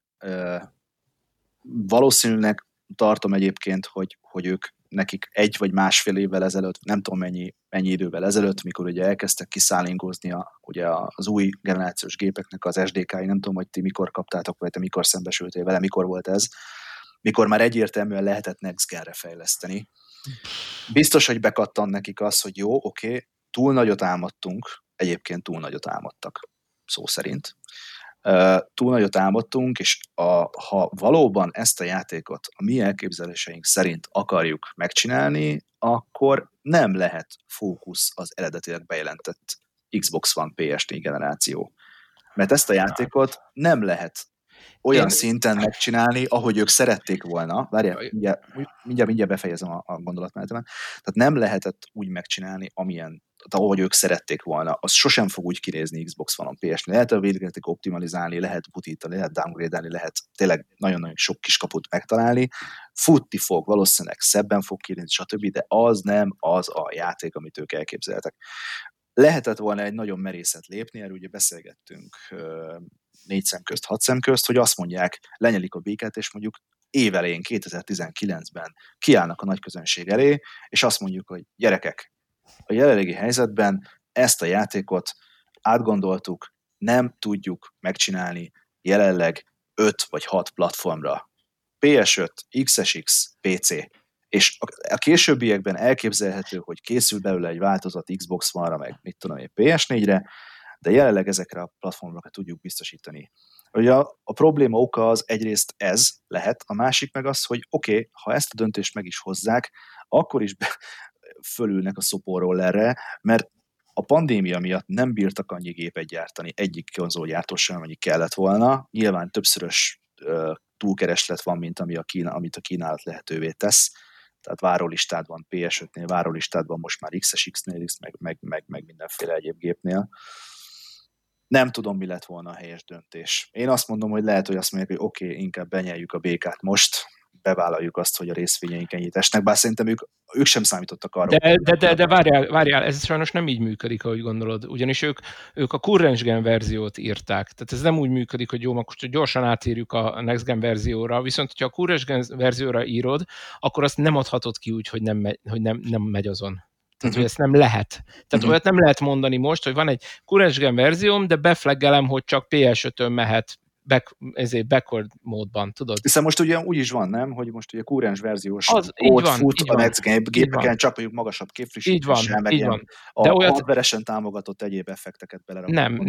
valószínűleg tartom egyébként, hogy ők nekik 1 vagy másfél évvel ezelőtt, nem tudom mennyi idővel ezelőtt, mikor ugye elkezdtek kiszállíngozni ugye az új generációs gépeknek az SDK-i, nem tudom, hogy ti mikor kaptátok, vagy te mikor szembesültél vele, mikor volt ez, mikor már egyértelműen lehetett Next Gen-re fejleszteni. Biztos, hogy bekattan nekik az, hogy jó, oké, túl nagyot álmodtunk, egyébként túl nagyot álmodtak, szó szerint. Túl nagyot álmodtunk, és ha valóban ezt a játékot a mi elképzeléseink szerint akarjuk megcsinálni, akkor nem lehet fókusz az eredetileg bejelentett Xbox One PS4 generáció. Mert ezt a játékot nem lehet olyan szinten megcsinálni, ahogy ők szerették volna. Várjál, mindjárt befejezem a gondolatmenetemet. Tehát nem lehetett úgy megcsinálni, ahogy ők szerették volna. Az sosem fog úgy kinézni Xbox One-on, PS4. Lehet a végletek optimalizálni, lehet butítani, lehet downgrade-elni, lehet tényleg nagyon-nagyon sok kiskaput megtalálni. Futni fog, valószínűleg szebben fog kinézni, stb., de az nem az a játék, amit ők elképzeltek. Lehetett volna egy nagyon merészet lépni, erről ugye beszélgettünk 4 szem közt, 6 szem közt, hogy azt mondják, lenyelik a békát, és mondjuk évelején 2019-ben kiállnak a nagy közönség elé, és azt mondjuk, hogy gyerekek, a jelenlegi helyzetben ezt a játékot átgondoltuk, nem tudjuk megcsinálni jelenleg 5 vagy 6 platformra. PS5, XSX, PC. És a későbbiekben elképzelhető, hogy készül belőle egy változat Xbox One-ra, meg mit tudom én, PS4-re, de jelenleg ezekre a platformokra tudjuk biztosítani. Ugye a probléma oka az egyrészt ez lehet, a másik meg az, hogy oké, ha ezt a döntést meg is hozzák, akkor is fölülnek a szoporról erre, mert a pandémia miatt nem bírtak annyi gépet gyártani, egyik konzolgyártó sem, amennyi kellett volna. Nyilván többszörös túlkereslet van, mint amit a kínálat lehetővé tesz. Tehát várólistád van PS5-nél, várólistád van most már X-es, X-nél, meg mindenféle egyéb gépnél. Nem tudom, mi lett volna a helyes döntés. Én azt mondom, hogy lehet, hogy azt mondják, hogy oké, inkább benyeljük a békát most, bevállaljuk azt, hogy a részvényeink ennyit esnek, bár szerintem ők sem számítottak arra. De várjál, ez sajnos nem így működik, ahogy gondolod, ugyanis ők a current gen verziót írták, tehát ez nem úgy működik, hogy jó, most gyorsan átírjuk a next gen verzióra, viszont hogyha a current gen verzióra írod, akkor azt nem adhatod ki úgy, hogy nem megy azon. Tehát, hogy ezt nem lehet. Tehát olyat nem lehet mondani most, hogy van egy current gen verzióm, de beflaggelem, hogy csak PS5-ön mehet backward módban, tudod? Hiszen most ugye úgy is van, nem? Hogy most ugye current verziós kód fut a next gépeken, csak mondjuk magasabb képfrissítéssel, meg ilyen a hardveresen támogatott egyéb effekteket belerakunk.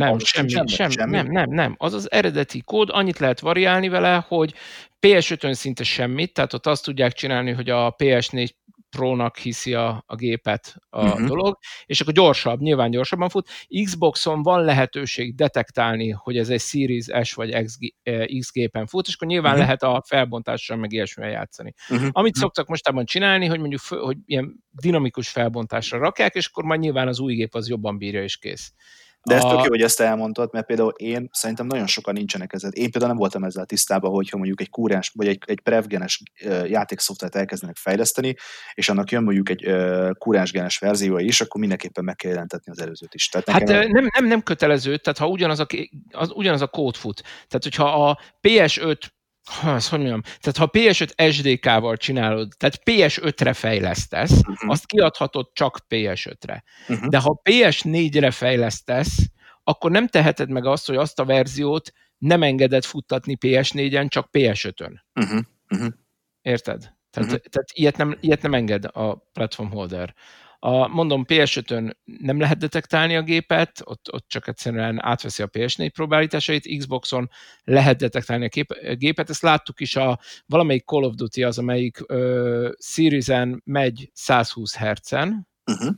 Nem. Az az eredeti kód, annyit lehet variálni vele, hogy PS5-ön szinte semmit, tehát ott azt tudják csinálni, hogy a PS4 Pro-nak hiszi a gépet a dolog, és akkor nyilván gyorsabban fut. Xboxon van lehetőség detektálni, hogy ez egy Series S vagy X gépen fut, és akkor nyilván lehet a felbontással meg ilyesmivel játszani. Amit szoktak mostában csinálni, hogy mondjuk hogy ilyen dinamikus felbontásra rakják, és akkor majd nyilván az új gép az jobban bírja, és kész. De ez tök jó, hogy ezt elmondtad, mert például én szerintem nagyon sokan nincsenek ezzel. Én például nem voltam ezzel tisztában, hogyha mondjuk egy kúrens, vagy egy prevgenes játékszoftvert elkezdenek fejleszteni, és annak jön mondjuk egy kúrensgenes verziója is, akkor mindenképpen meg kell jelentetni az előzőt is. Tehát hát nem kötelező, tehát ha ugyanaz a kód fut. Tehát hogyha a PS5 tehát ha PS5 SDK-val csinálod, tehát PS5-re fejlesztesz, azt kiadhatod csak PS5-re. De ha PS4-re fejlesztesz, akkor nem teheted meg azt, hogy azt a verziót nem engeded futtatni PS4-en, csak PS5-ön. Érted? Tehát ilyet nem enged a platform holder. Mondom, PS5-ön nem lehet detektálni a gépet, ott csak egyszerűen átveszi a PS4 próbálításait, Xboxon lehet detektálni a gépet, ezt láttuk is valamelyik Call of Duty az, amelyik Series-en megy 120 Hz-en,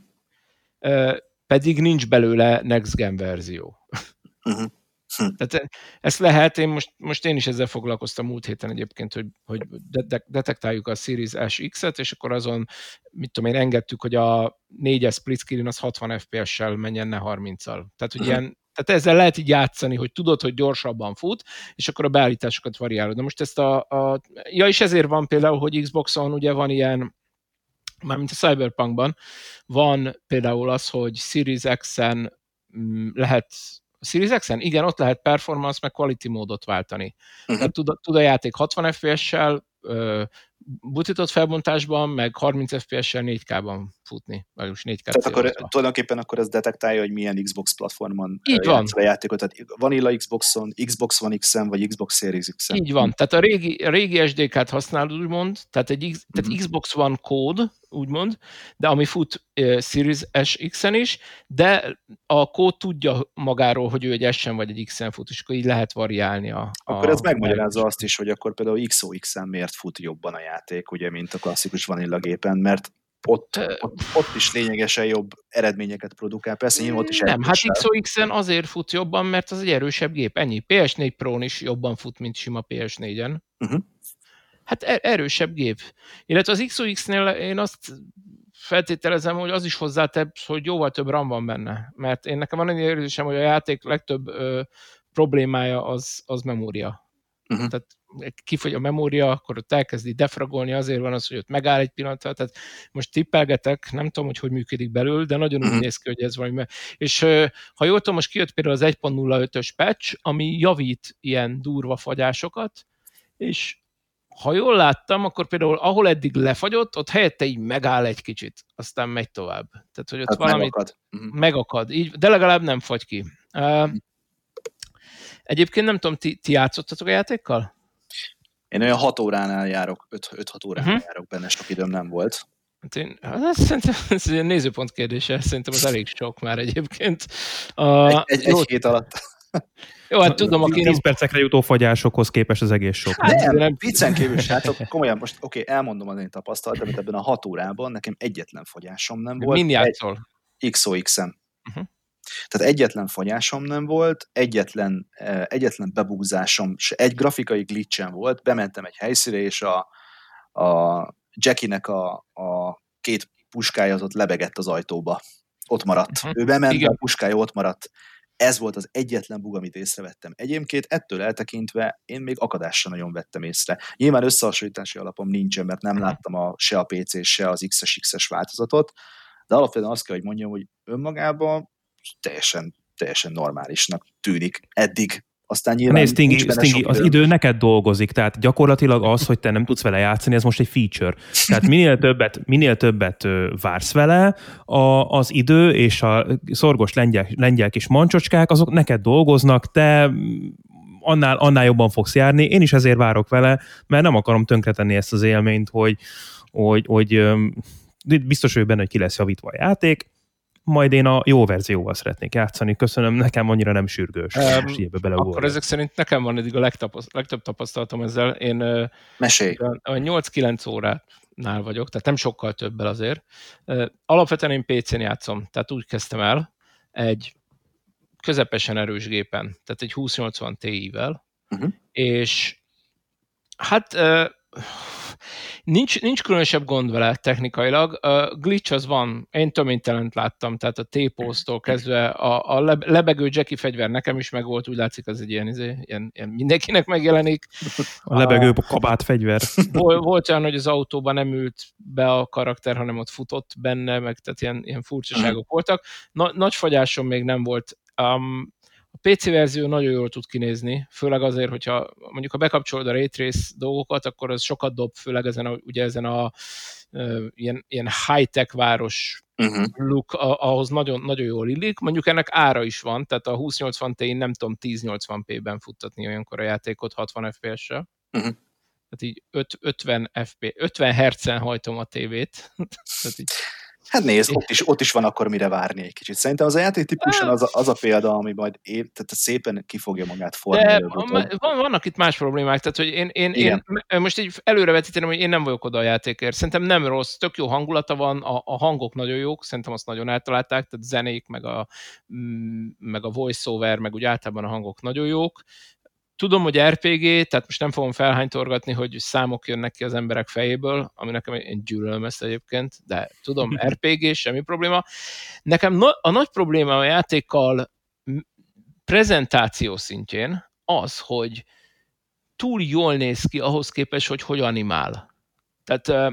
pedig nincs belőle next gen verzió. Tehát ezt lehet, most én is ezzel foglalkoztam múlt héten egyébként, hogy detektáljuk a Series S X-et, és akkor azon, mit tudom én, engedtük, hogy a 4-es split screen az 60 FPS-sel menjen, ne 30-al. Tehát, hogy tehát ezzel lehet így játszani, hogy tudod, hogy gyorsabban fut, és akkor a beállításokat variálod. Na most ezt és ezért van például, hogy Xboxon ugye van ilyen, mármint a Cyberpunkban, van például az, hogy Series X-en lehet Series X-en? Igen, ott lehet performance, meg quality módot váltani. Tehát tud a játék 60 FPS-sel, butított felbontásban, meg 30 FPS-sel 4K-ban futni. Vagyis 4K tehát akkor tulajdonképpen akkor ez detektálja, hogy milyen Xbox platformon játsz a játékot. Tehát Vanilla Xboxon, Xbox One X-en, vagy Xbox Series X-en. Így van. Tehát a régi SDK-t használod, úgymond, tehát Xbox One kód, úgymond, de ami fut Series S X-en is, de a kód tudja magáról, hogy ő egy S-en vagy egy X-en fut, és akkor így lehet variálni akkor ez megmagyarázza azt is, hogy akkor például XOX-en miért fut jobban a játék, ugye, mint a klasszikus Vanilla gépen, mert ott is lényegesen jobb eredményeket produkál. Persze nyilván ott is nem, hát XOX-en azért fut jobban, mert az egy erősebb gép. Ennyi. PS4 Pro-n is jobban fut, mint sima PS4-en. Hát erősebb gép. Illetve az XOX-nél én azt feltételezem, hogy az is hozzátesz, hogy jóval több RAM van benne. Mert én nekem van egy érzésem, hogy a játék legtöbb problémája az memória. Tehát kifogy a memória, akkor ott elkezdi defragolni, azért van az, hogy ott megáll egy pillanatra, tehát most tippelgetek, nem tudom, hogy működik belül, de nagyon úgy néz ki, hogy ez valami. És ha jól tudom, most kijött például az 1.05-ös patch, ami javít ilyen durva fagyásokat, és ha jól láttam, akkor például ahol eddig lefagyott, ott helyette így megáll egy kicsit, aztán megy tovább. Tehát, hogy ott valamit megakad. Így, de legalább nem fagy ki. Egyébként nem tudom, ti játszottatok a játékkal? Én olyan 6 óránál járok, 5-6 óránál járok benne, sok időm nem volt. Szerintem ez egy nézőpont kérdése, szerintem az elég sok már egyébként. Egy hét alatt. Jó, hát tudom, aki 10 percekre jutó fagyásokhoz képest az egész sok. Hát, nem, viccen kívül, hát komolyan most, elmondom az én tapasztalatomat, ebben a 6 órában nekem egyetlen fogyásom nem volt. Min játszol? XOX-en. Tehát egyetlen fogyásom nem volt, egyetlen bebugzásom, egy grafikai glitchen volt, bementem egy helyszínre, és a Jackie-nek a 2 puskája az ott lebegett az ajtóba. Ott maradt. Ő bement, igen. A puskája ott maradt. Ez volt az egyetlen bug, amit észrevettem. Egyébként ettől eltekintve én még akadással nagyon vettem észre. Nyilván összehasonlítási alapom nincsen, mert nem láttam se a PC-s, se az XS változatot, de alapvetően azt kell, hogy mondjam, hogy önmagában teljesen normálisnak tűnik eddig. Aztán nyilván nézd, Stingy, az idő neked dolgozik, tehát gyakorlatilag az, hogy te nem tudsz vele játszani, ez most egy feature. Tehát minél többet vársz vele, az idő és a szorgos lengyel kis mancsocskák, azok neked dolgoznak, te annál jobban fogsz járni. Én is ezért várok vele, mert nem akarom tönkretenni ezt az élményt, hogy biztos vagyok benne, hogy ki lesz javítva a játék, majd én a jó verzióval szeretnék játszani. Köszönöm, nekem annyira nem sürgős. Akkor ezek szerint nekem van eddig a legtöbb tapasztalatom ezzel. Én mesélj. 8-9 óránál vagyok, tehát nem sokkal többel azért. Alapvetően én PC-n játszom, tehát úgy kezdtem el egy közepesen erős gépen, tehát egy 2080 Ti-vel, és hát nincs különösebb gond vele technikailag. A glitch az van, én töménytelent láttam, tehát a T-posztól kezdve a lebegő Jackie fegyver nekem is megvolt, úgy látszik, az egy ilyen mindenkinek megjelenik. A lebegő kabát fegyver. Volt olyan, hogy az autóban nem ült be a karakter, hanem ott futott benne, meg tehát ilyen furcsaságok voltak. Nagy fagyásom még nem volt. A PC verzió nagyon jól tud kinézni, főleg azért, hogyha mondjuk ha bekapcsolod a Ray Trace dolgokat, akkor az sokat dob, főleg ezen a ilyen high-tech város look, ahhoz nagyon, nagyon jól illik. Mondjuk ennek ára is van, tehát a 2080 Ti nem tudom 1080p-ben futtatni olyankor a játékot 60 FPS-sel. Tehát így 50 Hz-en hajtom a tévét. Tehát így. Hát nézd, ott is van akkor mire várni egy kicsit. Szerintem az a játék típusan az a példa, ami majd tehát szépen ki fogja magát formálni. De vannak itt más problémák, tehát hogy én most így előrevetíteném, hogy én nem vagyok oda a játékért. Szerintem nem rossz, tök jó hangulata van, a hangok nagyon jók, szerintem azt nagyon eltalálták, tehát zenék, meg a voice-over, meg úgy általában a hangok nagyon jók. Tudom, hogy RPG, tehát most nem fogom felhánytorgatni, hogy számok jönnek ki az emberek fejéből, ami nekem én gyűlölöm ezt egyébként, de tudom, RPG, semmi probléma. Nekem a nagy probléma a játékkal prezentáció szintjén az, hogy túl jól néz ki ahhoz képest, hogy animál. Tehát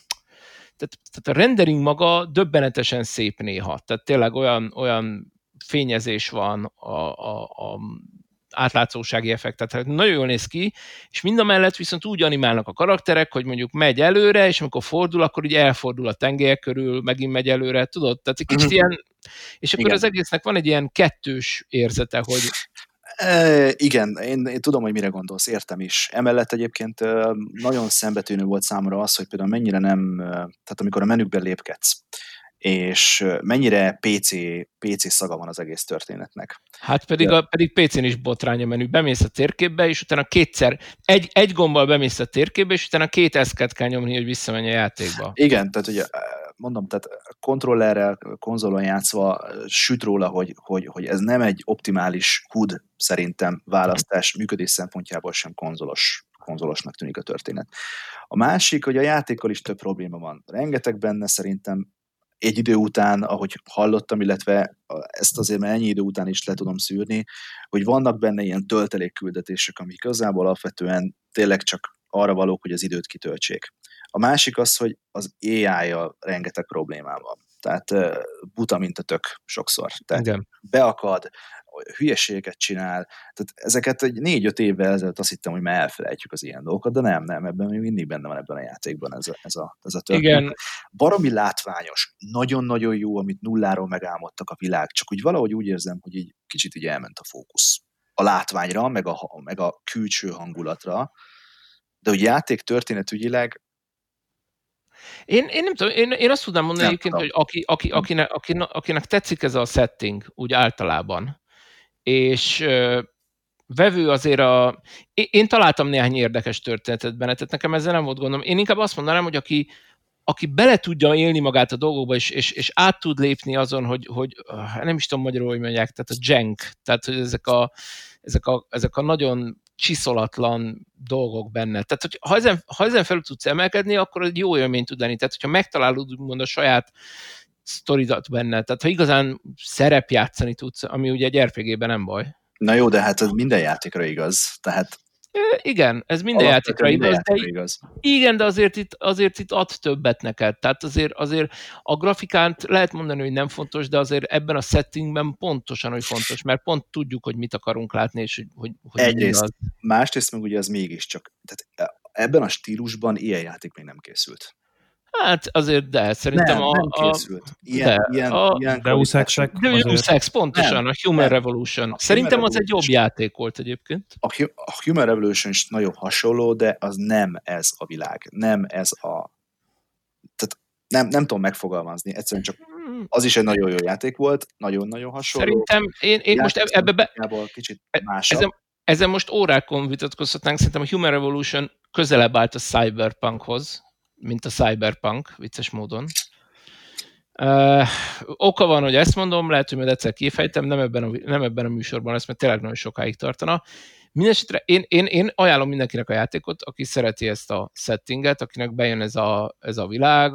a rendering maga döbbenetesen szép néha. Tehát tényleg olyan fényezés van, a átlátszósági effekt, tehát nagyon jól néz ki, és mindamellett viszont úgy animálnak a karakterek, hogy mondjuk megy előre, és amikor fordul, akkor így elfordul a tengelyek körül, megint megy előre, tudod? Tehát egy kicsit ilyen, és akkor igen. Az egésznek van egy ilyen kettős érzete, hogy... Igen, én tudom, hogy mire gondolsz, értem is. Emellett egyébként nagyon szembetűnő volt számomra az, hogy például mennyire nem, tehát amikor a menükben lépkedsz, és mennyire PC szaga van az egész történetnek. Hát pedig PC-n is botrány a menü. Bemész a térképbe, és utána kétszer, egy gombbal bemész a térképbe, és utána 2 eszket kell nyomni, hogy visszamenj a játékba. Igen, tehát ugye mondom, tehát kontrollerrel, konzolon játszva süt róla, hogy ez nem egy optimális HUD szerintem választás, működés szempontjából sem konzolosnak tűnik a történet. A másik, hogy a játékkal is több probléma van. Rengeteg benne szerintem egy idő után, ahogy hallottam, illetve ezt azért már ennyi idő után is le tudom szűrni, hogy vannak benne ilyen töltelékküldetések, amik igazából alapvetően tényleg csak arra valók, hogy az időt kitöltsék. A másik az, hogy az AI-jal rengeteg problémám van. Tehát buta, mint a tök sokszor. Tehát igen. Beakad, hülyeségeket csinál. Tehát ezeket egy 4-5 évvel ezelőtt azt hittem, hogy már elfelejtjük az ilyen dolgokat, de nem, ebben még mindig benne van ebben a játékban ez a történet. Igen. Baromi látványos, nagyon-nagyon jó, amit nulláról megálmodtak a világ, csak úgy valahogy úgy érzem, hogy így kicsit így elment a fókusz a látványra, meg a külső hangulatra, de hogy játék történetügyileg Én nem tudom, én azt tudnám mondani Nem egyébként, hogy akinek tetszik ez a setting, úgy általában, és vevő azért én találtam néhány érdekes történetet benne, tehát nekem ezzel nem volt gondom. Én inkább azt mondanám, hogy aki bele tudja élni magát a dolgokba, és át tud lépni azon, hogy nem is tudom magyarul, hogy mondják, tehát a jank, tehát hogy ezek a nagyon csiszolatlan dolgok benne. Tehát, hogy ha ezen felül tudsz emelkedni, akkor egy jó élmény tud lenni. Tehát, hogyha megtalálod úgymond a saját sztoridat benne, tehát ha igazán szerepjátszani tudsz, ami ugye egy RPG-ben nem baj. Na jó, de hát ez minden játékra igaz. Tehát igen, ez minden játékra igaz. Igen, de azért itt ad többet neked. Tehát azért a grafikánt lehet mondani, hogy nem fontos, de azért ebben a settingben pontosan, hogy fontos, mert pont tudjuk, hogy mit akarunk látni, és hogy egyrészt, másrészt meg ugye az mégiscsak. Tehát ebben a stílusban ilyen játék még nem készült. Hát azért, de szerintem nem készült. Ilyen Deus Ex, pontosan, a Human Revolution. Szerintem az egy jobb játék volt egyébként. A Human Revolution is nagyon hasonló, de az nem ez a világ. Nem ez a... Tehát nem tudom megfogalmazni. Egyszerűen csak az is egy nagyon jó játék volt, nagyon-nagyon hasonló. Szerintem én most ebbe kicsit másabb. Ezen most órákon vitatkozhatnánk, szerintem a Human Revolution közelebb állt a Cyberpunkhoz, mint a Cyberpunk, vicces módon. Oka van, hogy ezt mondom, lehet, hogy majd egyszer kifejtem, nem ebben a műsorban lesz, mert tényleg nagyon sokáig tartana. Mindenesetre én ajánlom mindenkinek a játékot, aki szereti ezt a settinget, akinek bejön ez a világ,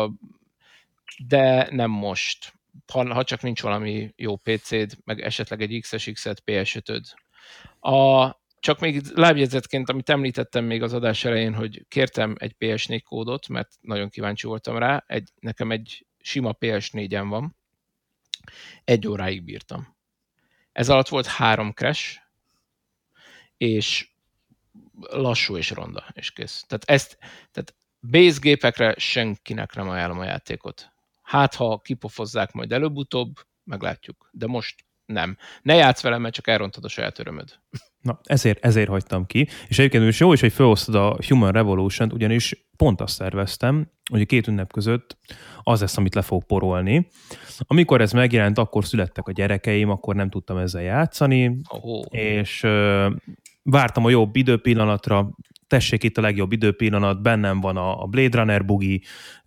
de nem most. Ha csak nincs valami jó PC-d, meg esetleg egy XSX-et, PS5-öd. Csak még lábjegyzetként, amit említettem még az adás elején, hogy kértem egy PS4 kódot, mert nagyon kíváncsi voltam rá, nekem egy sima PS4-en van, 1 óráig bírtam. Ez alatt volt 3 crash, és lassú és ronda, és kész. Tehát base gépekre senkinek nem ajánlom a játékot. Hát, ha kipofozzák majd előbb-utóbb, meglátjuk. De most nem. Ne játsz velem, mert csak elrontod a saját örömöd. Na, ezért hagytam ki. És egyébként is jó is, hogy felhoztad a Human Revolution-t, ugyanis pont azt terveztem, hogy a 2 ünnep között az lesz, amit le fog porolni. Amikor ez megjelent, akkor születtek a gyerekeim, akkor nem tudtam ezzel játszani, és vártam a jobb időpillanatra, tessék itt a legjobb időpillanat, bennem van a Blade Runner bugi,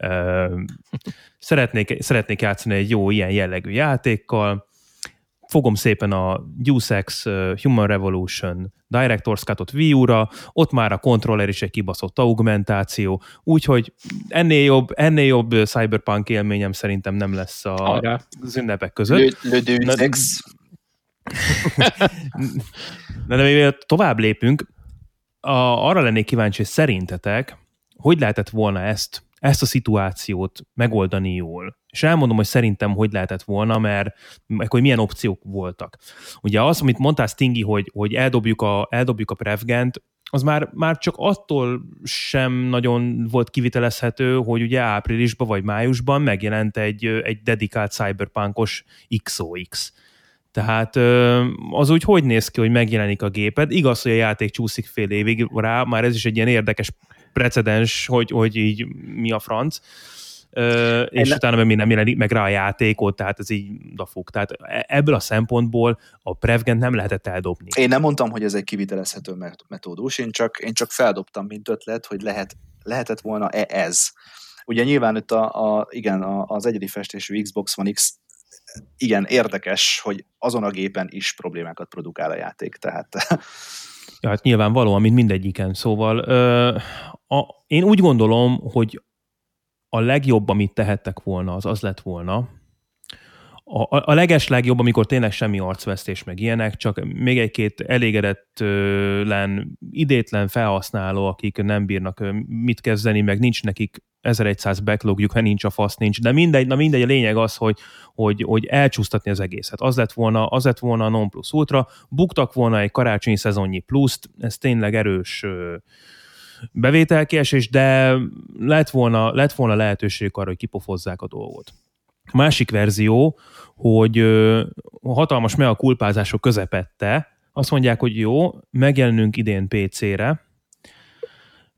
szeretnék játszani egy jó ilyen jellegű játékkal, fogom szépen a Deus Ex Human Revolution Director's Cut-ot Wii U-ra, ott már a controller is egy kibaszott augmentáció, úgyhogy ennél jobb Cyberpunk élményem szerintem nem lesz az ünnepek között. De mivel tovább lépünk, arra lennék kíváncsi, hogy szerintetek, hogy lehetett volna ezt a szituációt megoldani jól. És elmondom, hogy szerintem hogy lehetett volna, mert hogy milyen opciók voltak. Ugye az, amit mondtál, Stingy, hogy eldobjuk a Prevgent, az már csak attól sem nagyon volt kivitelezhető, hogy ugye áprilisban vagy májusban megjelent egy dedikált cyberpunkos XOX. Tehát az úgy hogy néz ki, hogy megjelenik a géped. Igaz, hogy a játék csúszik fél évig rá, már ez is egy ilyen érdekes precedens, hogy így mi a franc, és utána még nem jelenik meg rá a játékot, tehát ez így dafuk. Tehát ebből a szempontból a Prevgent nem lehetett eldobni. Én nem mondtam, hogy ez egy kivitelezhető metódus, én csak feldobtam, mint ötlet, hogy lehetett volna ez. Ugye nyilván itt az egyedi festésű Xbox One X igen, érdekes, hogy azon a gépen is problémákat produkál a játék, tehát... Ja, hát nyilvánvalóan, mint mindegyiken. Szóval én úgy gondolom, hogy a legjobb, amit tehettek volna, az lett volna. A legeslegjobb, amikor tényleg semmi arcvesztés meg ilyenek, csak még egy-két elégedetlen, idétlen felhasználó, akik nem bírnak mit kezdeni, meg nincs nekik 1100 backlogjuk, ha nincs a fasz, nincs. De mindegy, a lényeg az, hogy elcsúsztatni az egészet. Az lett volna a non plus ultra, buktak volna egy karácsonyi szezonnyi pluszt, ez tényleg erős bevételkiesés, de lett volna lehetőség arra, hogy kipofozzák a dolgot. A másik verzió, hogy hatalmas mea kulpázások közepette azt mondják, hogy jó, megjelenünk idén PC-re,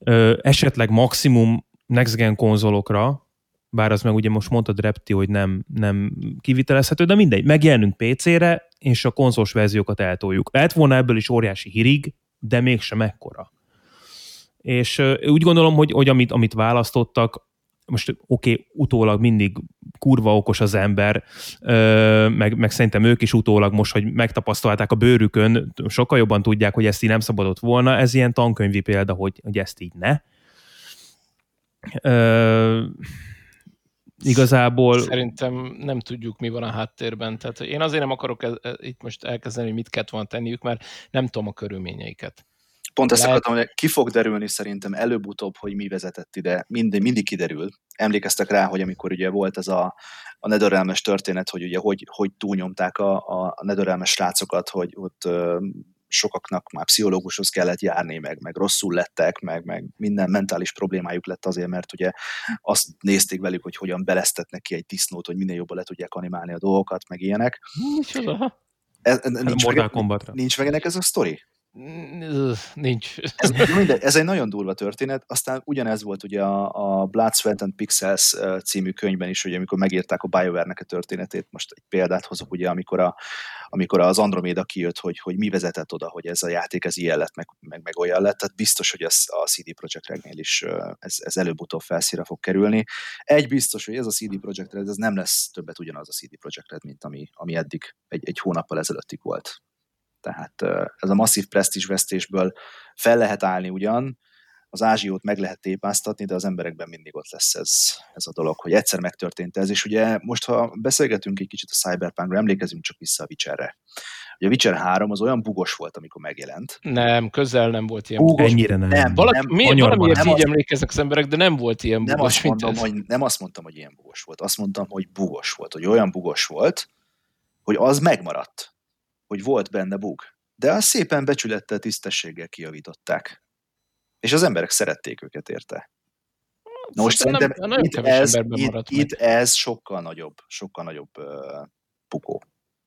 esetleg maximum next gen konzolokra, bár az meg ugye most mondtad, Repti, hogy nem kivitelezhető, de mindegy, megjelenünk PC-re, és a konzolos verziókat eltoljuk. Lehet volna ebből is óriási hírig, de mégsem ekkora. És úgy gondolom, hogy amit választottak, most utólag mindig kurva okos az ember, meg szerintem ők is utólag most, hogy megtapasztalták a bőrükön, sokkal jobban tudják, hogy ezt így nem szabadott volna. Ez ilyen tankönyvi példa, hogy ezt így ne. Igazából... Szerintem nem tudjuk, mi van a háttérben. Tehát én azért nem akarok itt most elkezdeni, hogy mit kellett volna tenniük, mert nem tudom a körülményeiket. Pont ezt akartam, hogy ki fog derülni szerintem előbb-utóbb, hogy mi vezetett ide. Mindig kiderül. Emlékeztek rá, hogy amikor ugye volt ez a NetherRealm-es történet, hogy ugye hogy túlnyomták a NetherRealm-es srácokat, hogy ott sokaknak már pszichológushoz kellett járni, meg rosszul lettek, meg minden mentális problémájuk lett azért, mert ugye azt nézték velük, hogy hogyan belesztetnek ki egy disznót, hogy minél jobban le tudják animálni a dolgokat, meg ilyenek. Nincs meg ennek ez a sztori? Nincs. Ez egy nagyon durva történet, aztán ugyanez volt ugye a Blood, Sweat and Pixels című könyvben is, ugye, amikor megírták a BioWare-nek a történetét, most egy példát hozok, ugye, amikor az Andromeda kijött, hogy mi vezetett oda, hogy ez a játék ez ilyen lett, meg olyan lett, tehát biztos, hogy a CD Projekt Rednél is ez előbb-utóbb felszínre fog kerülni. Egy biztos, hogy ez a CD Projekt Red, ez nem lesz többet ugyanaz a CD Projekt Red, mint ami eddig egy hónappal ezelőttig volt. Tehát ez a masszív presztízsvesztésből fel lehet állni ugyan, az ázsiót meg lehet tépáztatni, de az emberekben mindig ott lesz ez a dolog, hogy egyszer megtörtént ez, és ugye most, ha beszélgetünk egy kicsit a Cyberpunkra, emlékezünk csak vissza a Witcherre. Ugye a Witcher 3 az olyan bugos volt, amikor megjelent. Nem, közel nem volt ilyen bugos. Ennyire nem. Valamiért így emlékeznek az emberek, de nem volt ilyen bugos. Nem azt mondtam, hogy ilyen bugos volt. Azt mondtam, hogy bugos volt, hogy olyan bugos volt, hogy az megmaradt, hogy volt benne bug. De azt szépen becsülettel, tisztességgel kijavították. És az emberek szerették őket érte. Na most szerintem itt ez sokkal nagyobb pukó.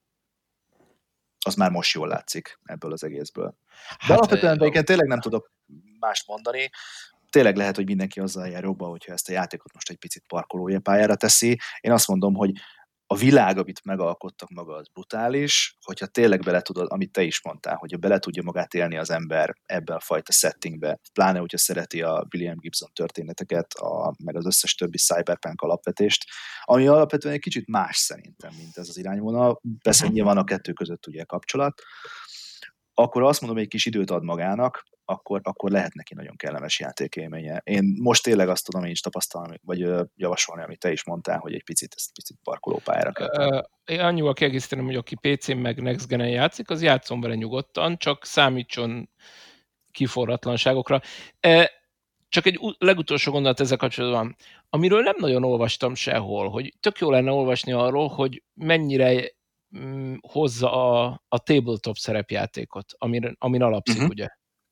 Az már most jól látszik ebből az egészből. De alapvetően tényleg nem tudok mást mondani. Tényleg lehet, hogy mindenki azzal jár jobban, hogyha ezt a játékot most egy picit parkolója pályára teszi. Én azt mondom, hogy a világ, amit megalkottak maga, az brutális, hogyha tényleg bele tudod, amit te is mondtál, hogyha bele tudja magát élni az ember ebben a fajta settingbe, pláne, hogyha szereti a William Gibson történeteket, meg az összes többi cyberpunk alapvetést, ami alapvetően egy kicsit más szerintem, mint ez az irányvonal. Persze nyilván a kettő között ugye kapcsolat. Akkor azt mondom, hogy egy kis időt ad magának, akkor lehet neki nagyon kellemes játékélménye. Én most tényleg azt tudom én is tapasztalni, vagy javasolni, amit te is mondtál, hogy egy picit parkolópályára kell. Én annyival kiegészíteném, hogy aki PC-n meg Next Gen-en játszik, az játszon vele nyugodtan, csak számítson kiforratlanságokra. Csak egy legutolsó gondolat ezzel kapcsolatban, amiről nem nagyon olvastam sehol, hogy tök jó lenne olvasni arról, hogy mennyire hozza a tabletop szerepjátékot, amin alapszik, ugye?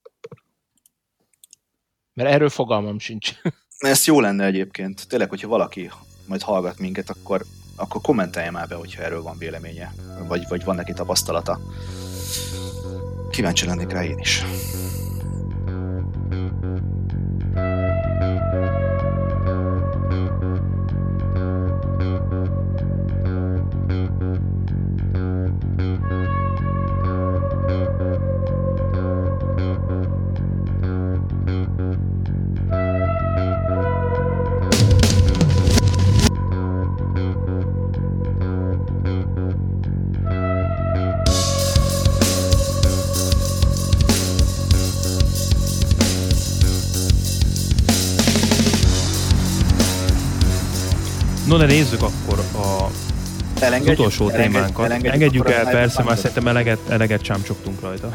Mert erről fogalmam sincs. Ez jó lenne egyébként. Tényleg, hogyha valaki majd hallgat minket, akkor kommentelje már be, hogyha erről van véleménye, vagy van neki tapasztalata. Kíváncsi lennék rá én is. No, de nézzük akkor az utolsó témánkat. Engedjük el, persze, már szerintem eleget csámcsogtunk rajta.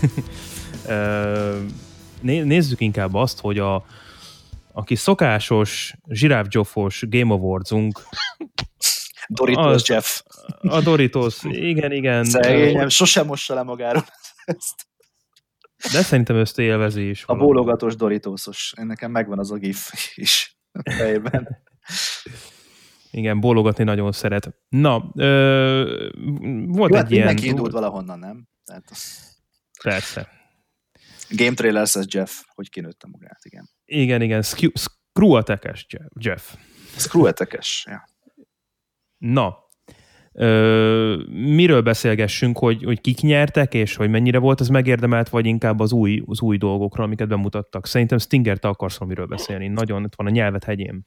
Nézzük inkább azt, hogy a kis szokásos, zsiráfgyofos Game Awards-unk Doritos Jeff. A Doritos, igen. Szegényem, sosem mossa le magáról ezt. De szerintem ezt élvezi is. A bólogatós Doritosos. Nekem megvan az a gif is a fejében. Igen, bólogatni nagyon szeret. Na, volt jó, egy ilyen... Mindenki indult valahonnan, nem? Tehát... Persze. Game Trailers az Jeff, hogy kinőtte magát, igen. Igen, Screw Attack-es Jeff. Screw Attack-es, ja. Na, miről beszélgessünk, hogy kik nyertek, és hogy mennyire volt ez megérdemelt, vagy inkább az új dolgokról, amiket bemutattak. Szerintem Stinger, te akarsz miről beszélni. Nagyon itt van a nyelvet hegyén.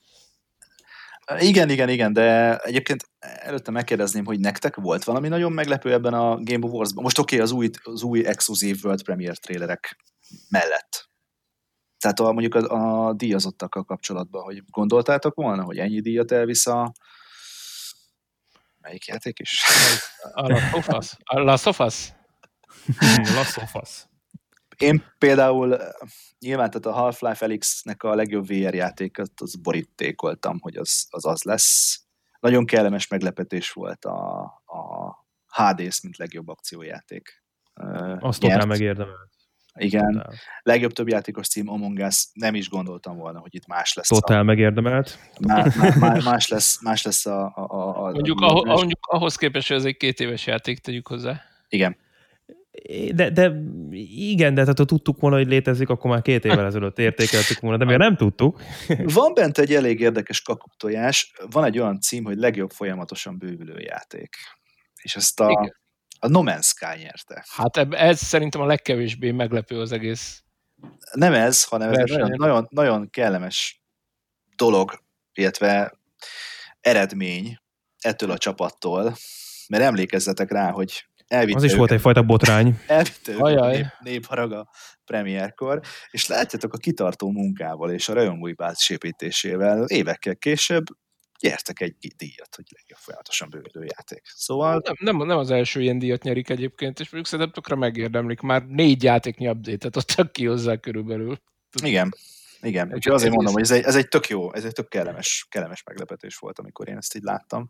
Igen, de egyébként előtte megkérdezném, hogy nektek volt valami nagyon meglepő ebben a Game of Wars-ban? Most oké, az új exkluzív World Premiere trailerek mellett. Tehát mondjuk a díjazottakkal kapcsolatban, hogy gondoltátok volna, hogy ennyi díjat elvisz a... Melyik játék is? A Last of Us? Last of Us. Én például nyilván tehát a Half-Life Alyx-nek a legjobb VR játékot, az borítékoltam, hogy az lesz. Nagyon kellemes meglepetés volt a Hades, mint legjobb akciójáték. Azt totál megérdemelt. Igen. Totál. Legjobb többjátékos cím Among Us, nem is gondoltam volna, hogy itt más lesz. Totál megérdemelt. Más lesz a mondjuk ahhoz képest, hogy ez egy 2 éves játék, tegyük hozzá. Igen. De igen, de tehát ha tudtuk volna, hogy létezik, akkor már 2 évvel ezelőtt értékeltük volna, de még nem tudtuk. Van bent egy elég érdekes kakuktojás, van egy olyan cím, hogy legjobb folyamatosan bővülő játék. És ezt a No Man's Sky nyerte. Hát ez szerintem a legkevésbé meglepő az egész. Nem ez, hanem ez egy nagyon, nagyon kellemes dolog, illetve eredmény ettől a csapattól, mert emlékezzetek rá, hogy az is volt egyfajta botrány. Elvitte őket népharag a premierkor, és látjátok a kitartó munkával és a rajongói bázis építésével évekkel később gyertek egy díjat, hogy legjobb folyamatosan bővülő játék. Szóval... Nem az első ilyen díjat nyerik egyébként, és mondjuk szerintem tökre megérdemlik. Már 4 játéknyi update-et adtak ki hozzá körülbelül. Igen. Úgyhogy azért mondom, hogy ez egy tök jó, ez egy tök kellemes meglepetés volt, amikor én ezt így láttam.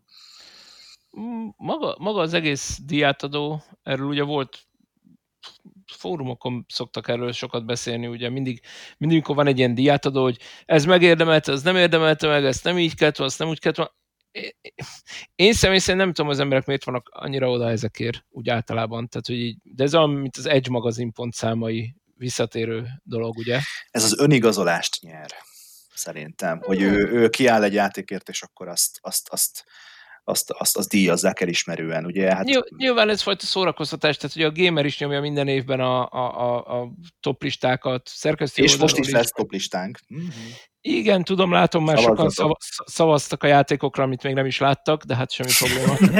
Maga az egész díjátadó, erről ugye volt fórumokon szoktak erről sokat beszélni, ugye mindig amikor van egy ilyen díjátadó, hogy ez megérdemelte, ez nem érdemelte meg, ezt nem így kellett, azt nem úgy kellett. Én személy szerint nem tudom, az emberek miért vannak annyira oda ezekért, úgy általában. Tehát, hogy így, de ez olyan, mint az Edge magazin pontszámai visszatérő dolog, ugye? Ez az önigazolást nyer, szerintem, hogy ő kiáll egy játékért, és akkor azt díjazzák elismerően, ugye? Hát... Nyilván ez fajta szórakoztatás, tehát ugye a gamer is nyomja minden évben a toplistákat. És most is lesz toplistánk. Igen, tudom, látom, már sokan szavaztak a játékokra, amit még nem is láttak, de hát semmi probléma.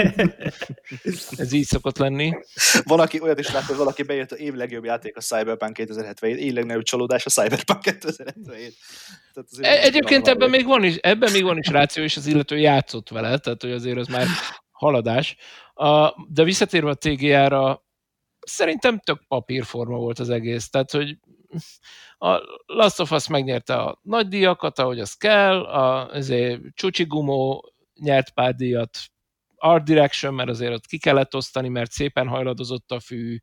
Ez így szokott lenni. Van, aki olyat is látta, hogy valaki beírt az év legjobb játék a Cyberpunk 2077, év legnagyobb csalódás a Cyberpunk 2077. Egyébként ebben még van is ráció, és az illető játszott vele, tehát hogy azért az már haladás. De visszatérve a TGA-ra, szerintem tök papírforma volt az egész, tehát hogy a Last of Us megnyerte a nagy díjakat, ahogy az kell, azért Chuchigumo nyert pár díjat, Art Direction, mert azért ott ki kellett osztani, mert szépen hajladozott a fű.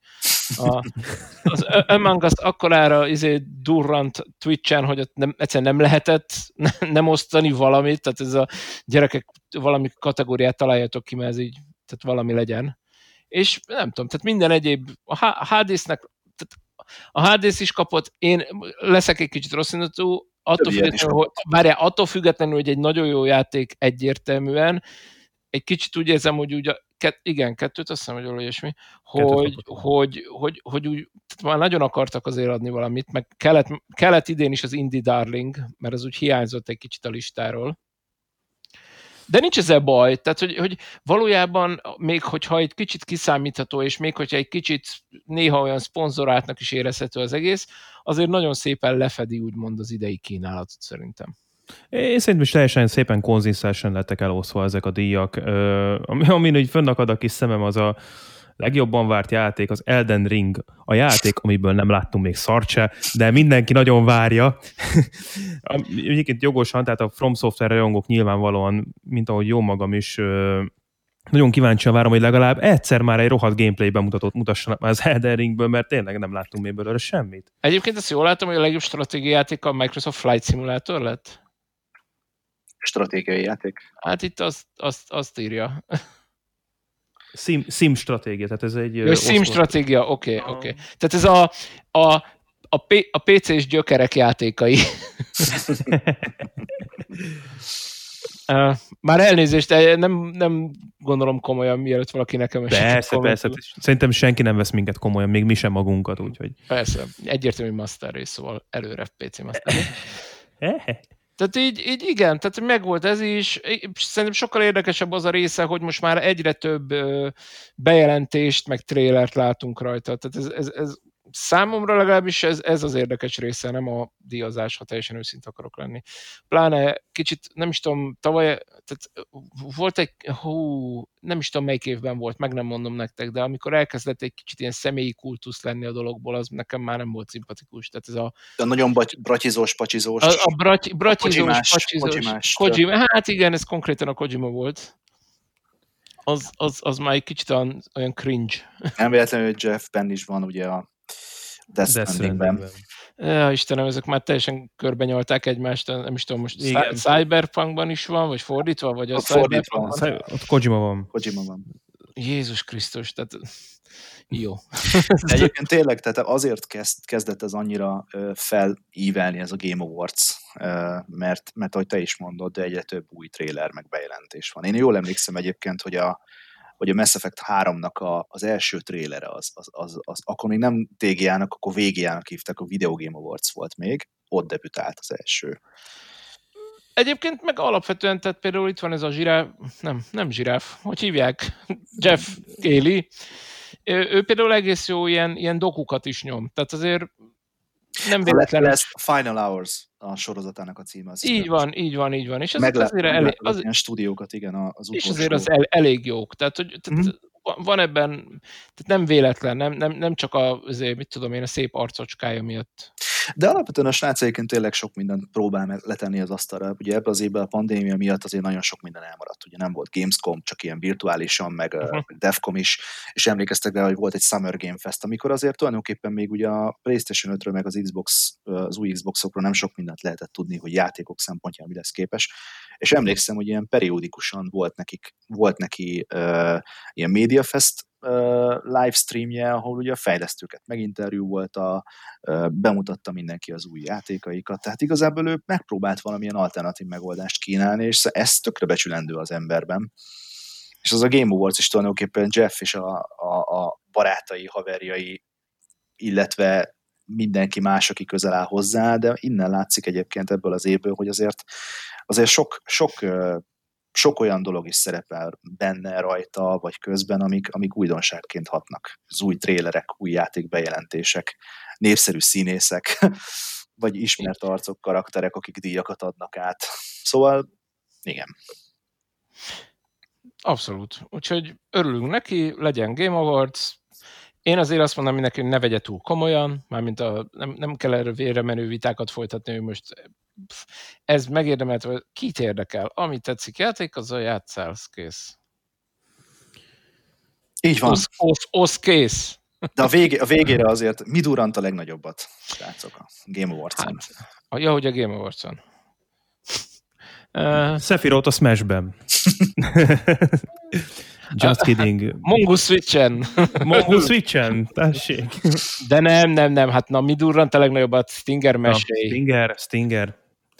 Az Among Us akkorára durrant Twitch-en, hogy ott egyszerűen nem lehetett nem osztani valamit, tehát ez a gyerekek valami kategóriát találjatok ki, mert ez így, tehát valami legyen. És nem tudom, tehát minden egyéb, a Hadesnek, tehát a Hades is kapott, én leszek egy kicsit rosszindatú, attól függetlenül, hogy egy nagyon jó játék egyértelműen, egy kicsit úgy érzem, hogy úgy igen, 2, azt hiszem, hogy olyasmi, hogy úgy, már nagyon akartak azért adni valamit, meg kellett idén is az Indie Darling, mert az úgy hiányzott egy kicsit a listáról. De nincs ezzel baj, tehát hogy valójában még hogyha egy kicsit kiszámítható, és még hogyha egy kicsit néha olyan szponzoráltnak is érezhető az egész, azért nagyon szépen lefedi úgymond az idei kínálatot szerintem. Én szerintem is teljesen szépen konzisztensen lettek eloszva ezek a díjak. Amin úgy fönnakad a kis szemem, az a legjobban várt játék, az Elden Ring. A játék, amiből nem láttunk még szart se, de mindenki nagyon várja. Egyébként jogosan, tehát a From Software rajongók nyilvánvalóan, mint ahogy jó magam is, nagyon kíváncsian várom, hogy legalább egyszer már egy rohadt gameplay bemutatót mutassanak már az Elden Ringből, mert tényleg nem láttunk még belőle semmit. Egyébként ezt jól látom, hogy a legjobb stratégiai játék a Microsoft Flight Simulator lett? Stratégiai játék? Hát itt azt írja. Sim stratégia, tehát ez egy... Sim stratégia, oké. Tehát ez a PC-s gyökerek játékai. Már elnézést, nem gondolom komolyan, mielőtt valaki nekem Persze. Szerintem senki nem vesz minket komolyan, még mi sem magunkat, úgyhogy... Persze, egyértelmű Master Race, szóval előre PC Master Race. Tehát így igen, tehát megvolt ez is. Szerintem sokkal érdekesebb az a része, hogy most már egyre több bejelentést, meg trélert látunk rajta. Tehát ez számomra legalábbis ez az érdekes része, nem a díjazás, ha teljesen őszinte akarok lenni. Pláne kicsit, nem is tudom, tavaly, tehát volt nem is tudom melyik évben volt, meg nem mondom nektek, de amikor elkezdett egy kicsit ilyen személyi kultusz lenni a dologból, az nekem már nem volt szimpatikus. Tehát ez a nagyon bratizós, pacsizós. A bratizós, pacsizós. Kojima, hát igen, ez konkrétan a Kojima volt. Az már egy kicsit olyan cringe. Nem véletlenül, hogy Jeff Benn is van ugye a Death Strandingben. Ja, Istenem, ezek már teljesen körbenyolták egymást, nem is tudom, most Cyberpunkban is van, vagy fordítva, vagy a Cyberpunkban? Ott Kojima van. Jézus Krisztus, tehát jó. Egyébként tényleg, tehát azért kezdett ez annyira felívelni ez a Game Awards, mert ahogy te is mondod, de egyre több új trailer meg bejelentés van. Én jól emlékszem egyébként, hogy a Mass Effect 3-nak az első trailere, az akkor még nem TGA-nak, akkor VGA-nak hívták, a Video Game Awards volt még, ott debütált az első. Egyébként meg alapvetően, tehát például itt van ez a zsiráf, nem zsiráf, hogy hívják? Jeff Keighley. Ő például egész jó ilyen dokukat is nyom, tehát azért nem véletlen. Lesz Final Hours a sorozatának a címe. Így van. És ezek azért ilyen stúdiókat, igen, az utolsó. És azért az elég jók. Tehát van ebben, tehát nem véletlen, nem csak azért, mit tudom én, a szép arcocskája miatt. De alapvetően a srác egyébként tényleg sok mindent próbál letenni az asztalra. Ugye ebben az évben a pandémia miatt azért nagyon sok minden elmaradt. Ugye nem volt Gamescom, csak ilyen virtuálisan, meg Defcom is, és emlékeztek rá, hogy volt egy Summer Game Fest, amikor azért tulajdonképpen még ugye a PlayStation 5-ről, meg az új Xboxokról nem sok mindent lehetett tudni, hogy játékok szempontjából mi lesz képes. És emlékszem, hogy ilyen periódikusan volt neki ilyen MediaFest livestreamje, ahol ugye a fejlesztőket meginterjú volt, bemutatta mindenki az új játékaikat, tehát igazából ő megpróbált valamilyen alternatív megoldást kínálni, és ez tökre becsülendő az emberben. És az a Game Awards is tulajdonképpen Jeff és a barátai, haverjai, illetve mindenki más, aki közel áll hozzá, de innen látszik egyébként ebből az évből, hogy azért sok olyan dolog is szerepel benne, rajta, vagy közben, amik újdonságként hatnak. Az új trélerek, új játékbejelentések, népszerű színészek, vagy ismert arcok, karakterek, akik díjakat adnak át. Szóval, igen. Abszolút. Úgyhogy örülünk neki, legyen Game Awards. Én azért azt mondom mindenki, hogy ne vegye túl komolyan, mármint nem kell erről vérre menő vitákat folytatni, hogy most ez megérdemelt, hogy kit érdekel. Amit tetszik játék, azzal játsszál, kész. Így van. Osz kész. De a végére azért mi durrant a legnagyobbat, srácok, a Game Awards-on? Hát, hogy a Game Awards-on. Sephiroth a Smash-ben. Just kidding. Mongoose Switchen, tessék. De nem, hát mi durrant a legnagyobbat? Stinger mesé. Stinger.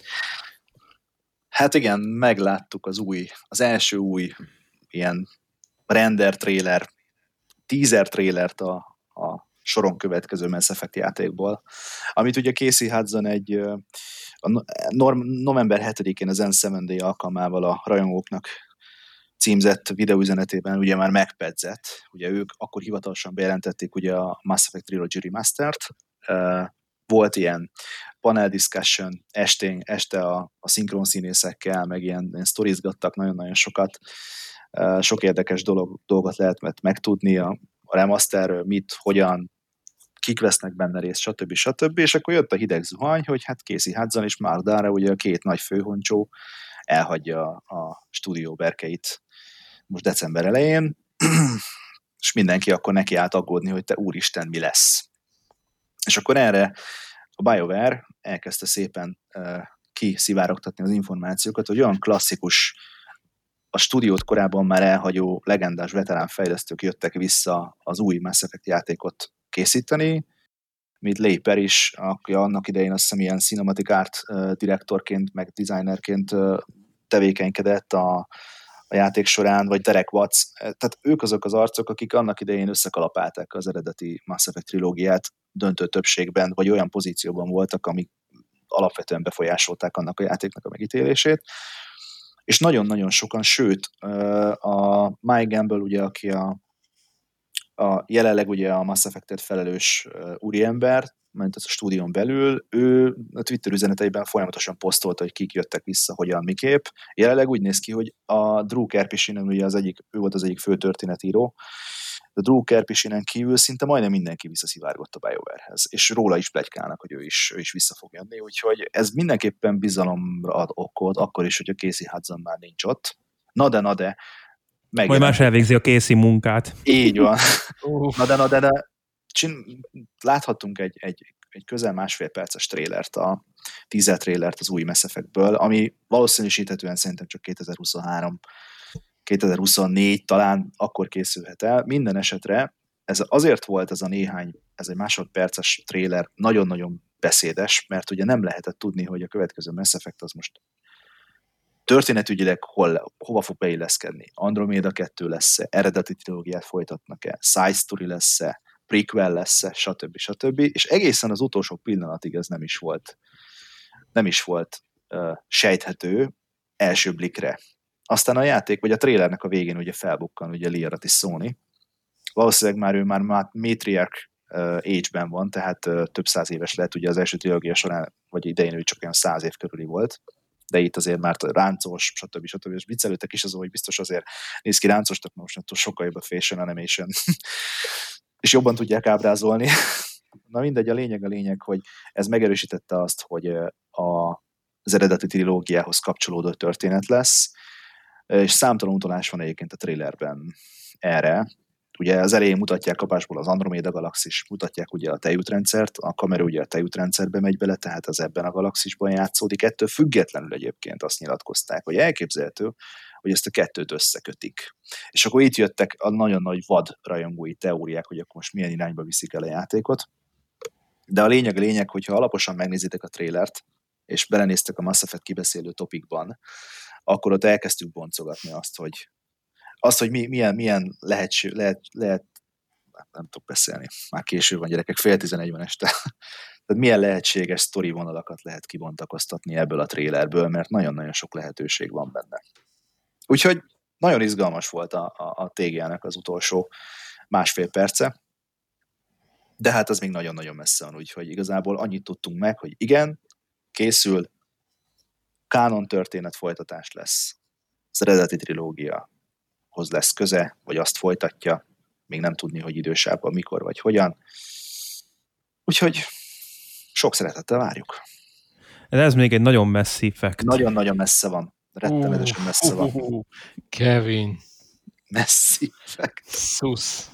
Hát igen, megláttuk az első új ilyen render trailer, teaser trailert a soron következő Mass Effect játékból, amit ugye Casey Hudson november 7-én az N7 Day alkalmával a rajongóknak címzett videóüzenetében ugye már megpedzett. Ugye ők akkor hivatalosan bejelentették ugye a Mass Effect Trilogy Remastered. Volt ilyen panel discussion este a szinkron színészekkel, meg ilyen sztorizgattak nagyon-nagyon sokat. Sok érdekes dolgot lehetett megtudni a remasterről, mit, hogyan, kik vesznek benne részt, stb. És akkor jött a hideg zuhany, hogy hát Casey Hudson és Mark Darrah, ugye a két nagy főhoncsó elhagyja a stúdió berkeit most december elején, és mindenki akkor neki állt aggódni, hogy te úristen, mi lesz. És akkor erre a BioWare elkezdte szépen kiszivárogtatni az információkat, hogy olyan klasszikus, a stúdiót korábban már elhagyó legendás veterán fejlesztők jöttek vissza az új Mass Effect játékot készíteni, mint Laper is, aki annak idején azt hiszem ilyen cinematic art direktorként, meg designerként tevékenykedett a játék során, vagy Derek Watts, tehát ők azok az arcok, akik annak idején összekalapálták az eredeti Mass Effect trilógiát döntő többségben, vagy olyan pozícióban voltak, amik alapvetően befolyásolták annak a játéknak a megítélését. És nagyon-nagyon sokan, sőt, a Mike Gamble, ugye, aki a jelenleg ugye a Mass Effect-et felelős úriember, mert az a stúdión belül, ő a Twitter üzeneteiben folyamatosan posztolta, hogy kik jöttek vissza, hogyan, miképp. Jelenleg úgy néz ki, hogy a Drew Karpyshyn, ugye ő volt az egyik fő történetíró, de Drew Karpyshyn kívül szinte majdnem mindenki visszaszivárgott a BioWare-hez, és róla is pletykálnak, hogy ő is vissza fog jönni, úgyhogy ez mindenképpen bizalomra ad okot, akkor is, hogy a Casey Hudson már nincs ott. Na de, majd más elvégzi a Casey munkát. Így van. Na de láthattunk egy közel 1,5 perces trélert, a teaser trélert az új Mass Effectből, ami valószínűsíthetően szerintem csak 2023-2024 talán akkor készülhet el. Minden esetre ez azért volt ez egy másodperces tréler nagyon-nagyon beszédes, mert ugye nem lehetett tudni, hogy a következő Mass Effect az most történetügyileg hova fog beilleszkedni. Andromeda 2 lesz-e, eredeti trilógiát folytatnak-e, side story lesz-e, prequel lesz-e, stb. És egészen az utolsó pillanatig ez nem is volt sejthető első blikre. Aztán a játék, vagy a trélernek a végén ugye felbukkan ugye Liara T'Soni. Valószínűleg ő már Matriarch age-ben van, tehát több száz éves lehet, ugye az első trilógia során, vagy idején ő csak olyan 100 év körüli volt, de itt azért már ráncos, stb. És viccelődtek is azon, hogy biztos azért néz ki ráncosnak, most sokkal jobb a facial animation, és jobban tudják ábrázolni. Na mindegy, a lényeg, hogy ez megerősítette azt, hogy az eredeti trilógiához kapcsolódó történet lesz, és számtalan utalás van egyébként a trailerben erre. Ugye az elején mutatják kapásból az Andromeda galaxis, mutatják ugye a tejútrendszert, a kamera ugye a tejútrendszerbe megy bele, tehát az ebben a galaxisban játszódik. Ettől függetlenül egyébként azt nyilatkozták, hogy elképzelhető, hogy ezt a kettőt összekötik. És akkor itt jöttek a nagyon nagy vad rajongói teóriák, hogy akkor most milyen irányba viszik el a játékot. De a lényeg, hogyha alaposan megnézitek a trailert, és belenéztek a Mass Effect kibeszélő topikban, akkor ott elkezdtük boncogatni azt, hogy milyen lehet, nem tudok beszélni, már késő van gyerekek, 10:30 van este. Tehát milyen lehetséges sztori vonalakat lehet kibontakoztatni ebből a trailerből, mert nagyon-nagyon sok lehetőség van benne. Úgyhogy nagyon izgalmas volt a TGA-nek az utolsó 1,5 perce, de hát az még nagyon-nagyon messze van, úgyhogy igazából annyit tudtunk meg, hogy igen, készül, kánon történet folytatás lesz. Az eredeti trilógiahoz lesz köze, vagy azt folytatja, még nem tudni, hogy idősában, mikor vagy hogyan. Úgyhogy sok szeretettel várjuk. Ez még egy nagyon messzi fact. Nagyon-nagyon messze van. Rettenetesen messze van. Kevin. Messzi fact. Szusz.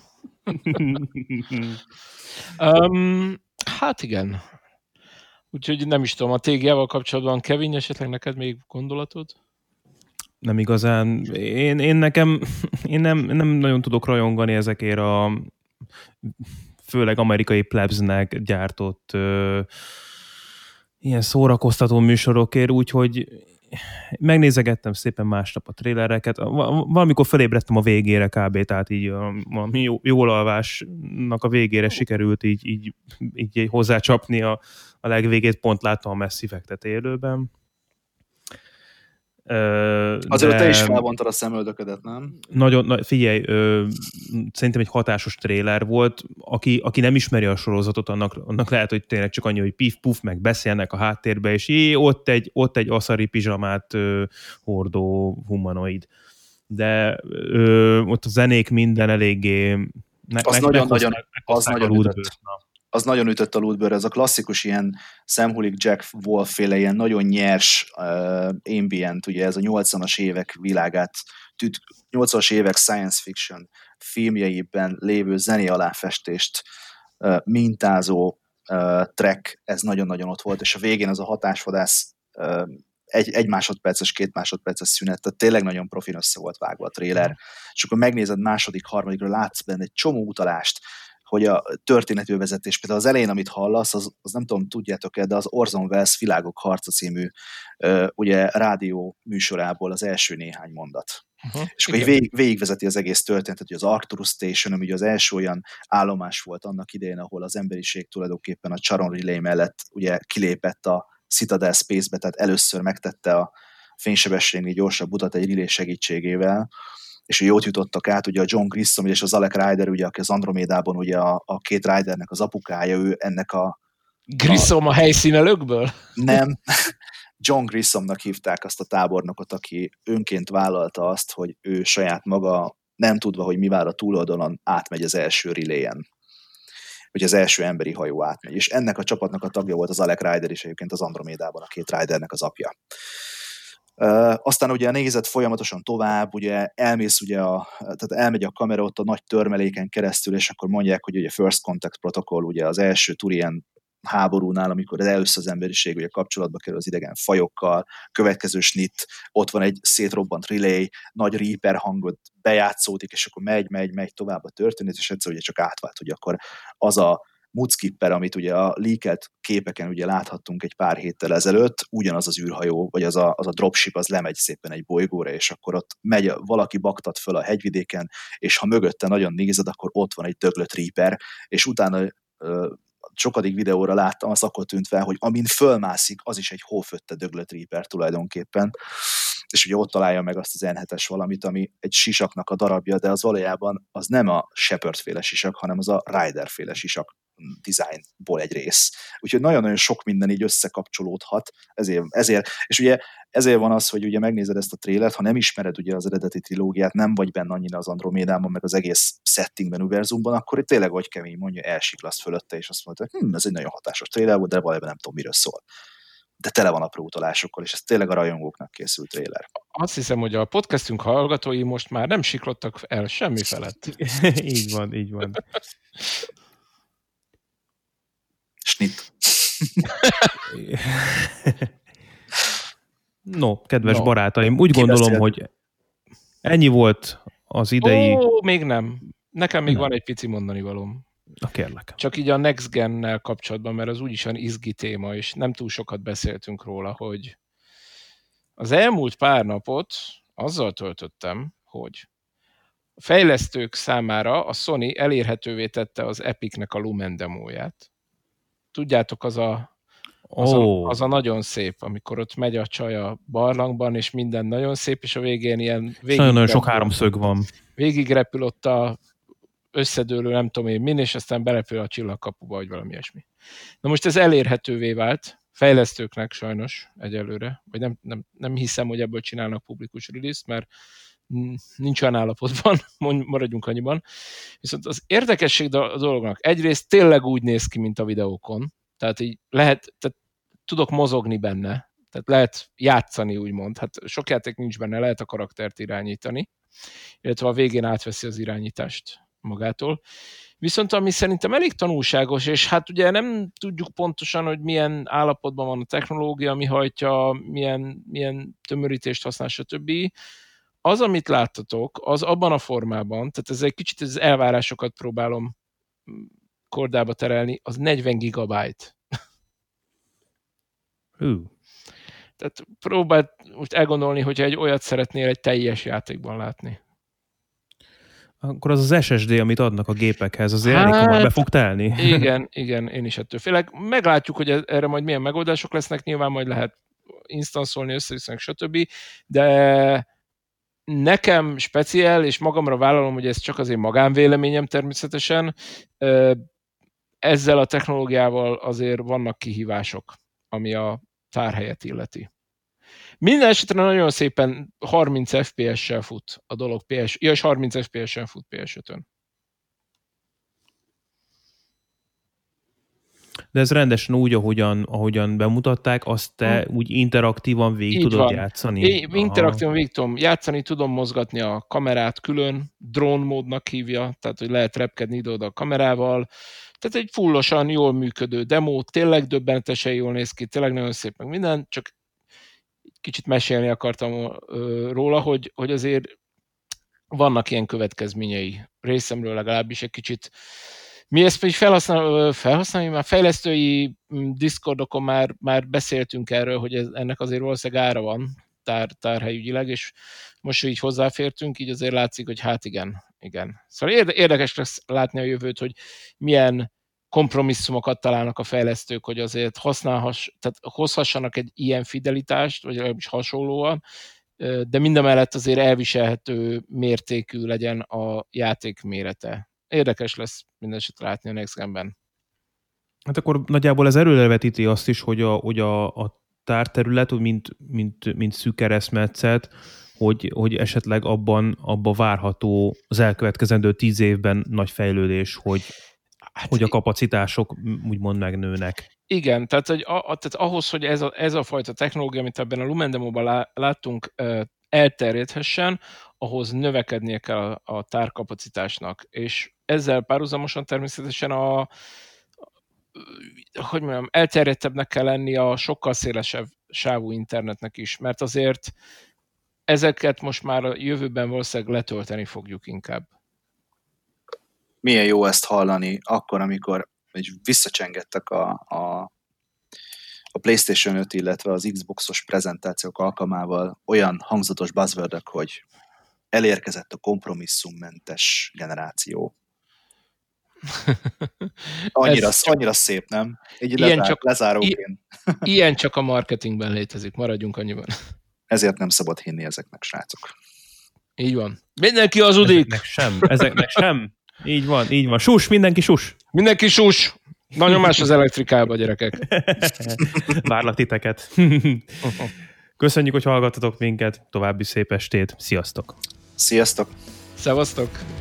Hát igen. Úgyhogy nem is tudom, a TGA-val kapcsolatban, Kevin, esetleg neked még gondolatod? Nem igazán. Én nem nagyon tudok rajongani ezekért a főleg amerikai plebsnek gyártott ilyen szórakoztató műsorokért, úgyhogy megnézegettem szépen másnap a trélereket. Valamikor felébredtem a végére kb. Tehát így a jól alvásnak a végére sikerült így hozzácsapni a legvégét, pont láttam a Mass Effect-et élőben. Azért te is felvontad a szemöldöködet, nem? Nagyon, figyelj, szerintem egy hatásos tréler volt. Aki nem ismeri a sorozatot, annak lehet, hogy tényleg csak annyi, hogy pif-puf, meg beszélnek a háttérbe, és ott egy aszari pizsamát hordó humanoid. De ott a zenék minden eléggé... Az nagyon ütött a lútbőr, ez a klasszikus ilyen Sam Hulick, Jack Wolf féle ilyen nagyon nyers ambient, ugye ez a 80-as évek világát, 80-as évek science fiction filmjeiben lévő zené aláfestést mintázó track, ez nagyon-nagyon ott volt, és a végén az a hatásvadász egy másodperces, 2 másodperces szünet, tehát tényleg nagyon profin össze volt vágva a trailer, és akkor megnézed második, harmadikra, látsz benne egy csomó utalást, hogy a történetővezetés, például az elején, amit hallasz, az nem tudom, tudjátok-e, de az Orson Welles Világok harca című ugye rádió műsorából az első néhány mondat. És akkor végigvezeti az egész történetet, hogy az Arcturus Station, ami ugye az első olyan állomás volt annak idején, ahol az emberiség tulajdonképpen a Charon Relay mellett ugye kilépett a Citadel Space-be, tehát először megtette a fénysebességnél gyorsabb utat egy relay segítségével, és ugye ott jutottak át, ugye a John Grissom és az Alec Ryder, ugye, aki az Andromédában ugye a két Rydernek az apukája, ő ennek Grissom a helyszínelőkből? Nem. John Grissomnak hívták azt a tábornokot, aki önként vállalta azt, hogy ő saját maga, nem tudva, hogy mi vár a túloldalon, átmegy az első relayen. Hogy az első emberi hajó átmegy. És ennek a csapatnak a tagja volt az Alec Ryder, és egyébként az Andromédában a két Rydernek az apja. Aztán ugye nézett folyamatosan tovább, ugye elmész ugye tehát elmegy a kamera ott a nagy törmeléken keresztül, és akkor mondják, hogy ugye First Contact Protocol, ugye az első Turian háborúnál, amikor először az emberiség ugye kapcsolatba kerül az idegen fajokkal, következő snit, ott van egy szétrobbant relay, nagy Reaper hangot bejátszódik, és akkor megy tovább a történet, és egyszer ugye csak átvált, hogy akkor az a Moodskipper, amit ugye a leakelt képeken ugye láthattunk egy pár héttel ezelőtt, ugyanaz az űrhajó, vagy az a dropship, az lemegy szépen egy bolygóra, és akkor ott megy, valaki baktat föl a hegyvidéken, és ha mögötte nagyon nézed, akkor ott van egy döglött Reaper, és utána sokadik videóra láttam, az akkor tűnt fel, hogy amin fölmászik, az is egy hófötte döglött Reaper tulajdonképpen, és ugye ott találja meg azt az N7-es valamit, ami egy sisaknak a darabja, de az valójában az nem a Shepard-féle sisak, hanem az a Ryder-féle sisak designból egy rész. Úgyhogy nagyon-nagyon sok minden így összekapcsolódhat, ezért, és ugye ezért van az, hogy ugye megnézed ezt a trélert, ha nem ismered ugye az eredeti trilógiát, nem vagy benne annyira az Andromédában, meg az egész settingben, univerzumban, akkor itt tényleg, hogy kemény mondja, elsiklasz fölötte, és azt mondta, hogy ez egy nagyon hatásos tréler volt, de valójában nem tudom, miről szól. De tele van apró utalásokkal, és ez tényleg a rajongóknak készült tréler. Azt hiszem, hogy a podcastünk hallgatói most már nem siklottak el semmi felett. Így van. Snit. No, kedves barátaim, úgy gondolom, hogy ennyi volt az idei... Még nem. Nekem még van egy pici mondani valóm. Kérlek. Csak így a Next Gen-nel kapcsolatban, mert az úgyis olyan izgi téma, és nem túl sokat beszéltünk róla, hogy az elmúlt pár napot azzal töltöttem, hogy a fejlesztők számára a Sony elérhetővé tette az Epicnek a Lumen demóját. Tudjátok, az a nagyon szép, amikor ott megy a csaj a barlangban, és minden nagyon szép, és a végén ilyen... Nagyon sok háromszög van. Végigrepül ott a összedőlő, nem tudom én min, és aztán belepül a csillagkapuba, vagy valami ilyesmi. Na most ez elérhetővé vált, fejlesztőknek sajnos egyelőre, vagy nem hiszem, hogy ebből csinálnak publikus release-t, mert nincs olyan állapotban, maradjunk annyiban. Viszont az érdekesség a dolognak egyrészt tényleg úgy néz ki, mint a videókon, tehát így tehát tudok mozogni benne, tehát lehet játszani, úgymond. Hát sok játék nincs benne, lehet a karaktert irányítani, illetve a végén átveszi az irányítást magától. Viszont ami szerintem elég tanulságos, és hát ugye nem tudjuk pontosan, hogy milyen állapotban van a technológia, mi hajtja, milyen tömörítést használ, stb. Az, amit láttatok, az abban a formában, tehát ez egy kicsit az elvárásokat próbálom kordába terelni, az 40 gigabyte. Tehát próbáld most elgondolni, hogyha egy olyat szeretnél egy teljes játékban látni. Akkor az az SSD, amit adnak a gépekhez, azért elég hamar be fog telni. Igen, én is ettől félek. Meglátjuk, hogy erre majd milyen megoldások lesznek, nyilván majd lehet instanszolni, összevisznek, stb. De nekem speciál, és magamra vállalom, hogy ez csak az én magánvéleményem természetesen, ezzel a technológiával azért vannak kihívások, ami a tárhelyet illeti. Minden esetre nagyon szépen 30 FPS-sel fut a dolog és 30 FPS-en fut PS5-ön. De ez rendesen úgy, ahogyan bemutatták, azt te úgy interaktívan végig tudod játszani? Interaktívan végig tudom játszani, tudom mozgatni a kamerát külön, drone módnak hívja, tehát hogy lehet repkedni ide-oda a kamerával. Tehát egy fullosan jól működő demo, tényleg döbbenetesen jól néz ki, tényleg nagyon szép meg minden, csak kicsit mesélni akartam róla, hogy azért vannak ilyen következményei. Részemről legalábbis egy kicsit Mi ezt így felhasználni, már fejlesztői Discordokon már beszéltünk erről, hogy ennek azért valószínűleg ára van tárhelyügyileg, és most, hogy így hozzáfértünk, így azért látszik, hogy hát igen. Szóval érdekes lesz látni a jövőt, hogy milyen kompromisszumokat találnak a fejlesztők, hogy azért tehát hozhassanak egy ilyen fidelitást, vagy legalábbis hasonlóan, de mindemellett azért elviselhető mértékű legyen a játék mérete. Érdekes lesz mindenesetre látni a Next Gen-ben. Hát akkor nagyjából ez előrevetíti azt is, hogy a tárterület, mint szűk keresztmetszet, hogy esetleg abban várható az elkövetkezendő 10 évben nagy fejlődés, hogy a kapacitások úgymond megnőnek. Igen, tehát ahhoz, hogy ez a fajta technológia, amit ebben a Lumen Demo-ban láttunk, elterjedhessen, ahhoz növekednie kell a tárkapacitásnak, és ezzel párhuzamosan természetesen elterjedtebbnek kell lenni a sokkal szélesebb sávú internetnek is, mert azért ezeket most már a jövőben valószínűleg letölteni fogjuk inkább. Milyen jó ezt hallani akkor, amikor visszacsengettek a PlayStation 5, illetve az Xboxos prezentációk alkalmával olyan hangzatos buzzwordök, hogy elérkezett a kompromisszummentes generáció. Annyira szép, nem? Lezáróként. Ilyen csak a marketingben létezik, maradjunk annyiban. Ezért nem szabad hinni ezeknek, srácok. Így van. Mindenki hazudik! Ezeknek sem. Így van. Sus, mindenki sus! Mindenki sus! Nagyon más az elektrikálba, gyerekek. Várlak titeket. Köszönjük, hogy hallgattatok minket. További szép estét. Sziasztok! Sziasztok! Szevasztok!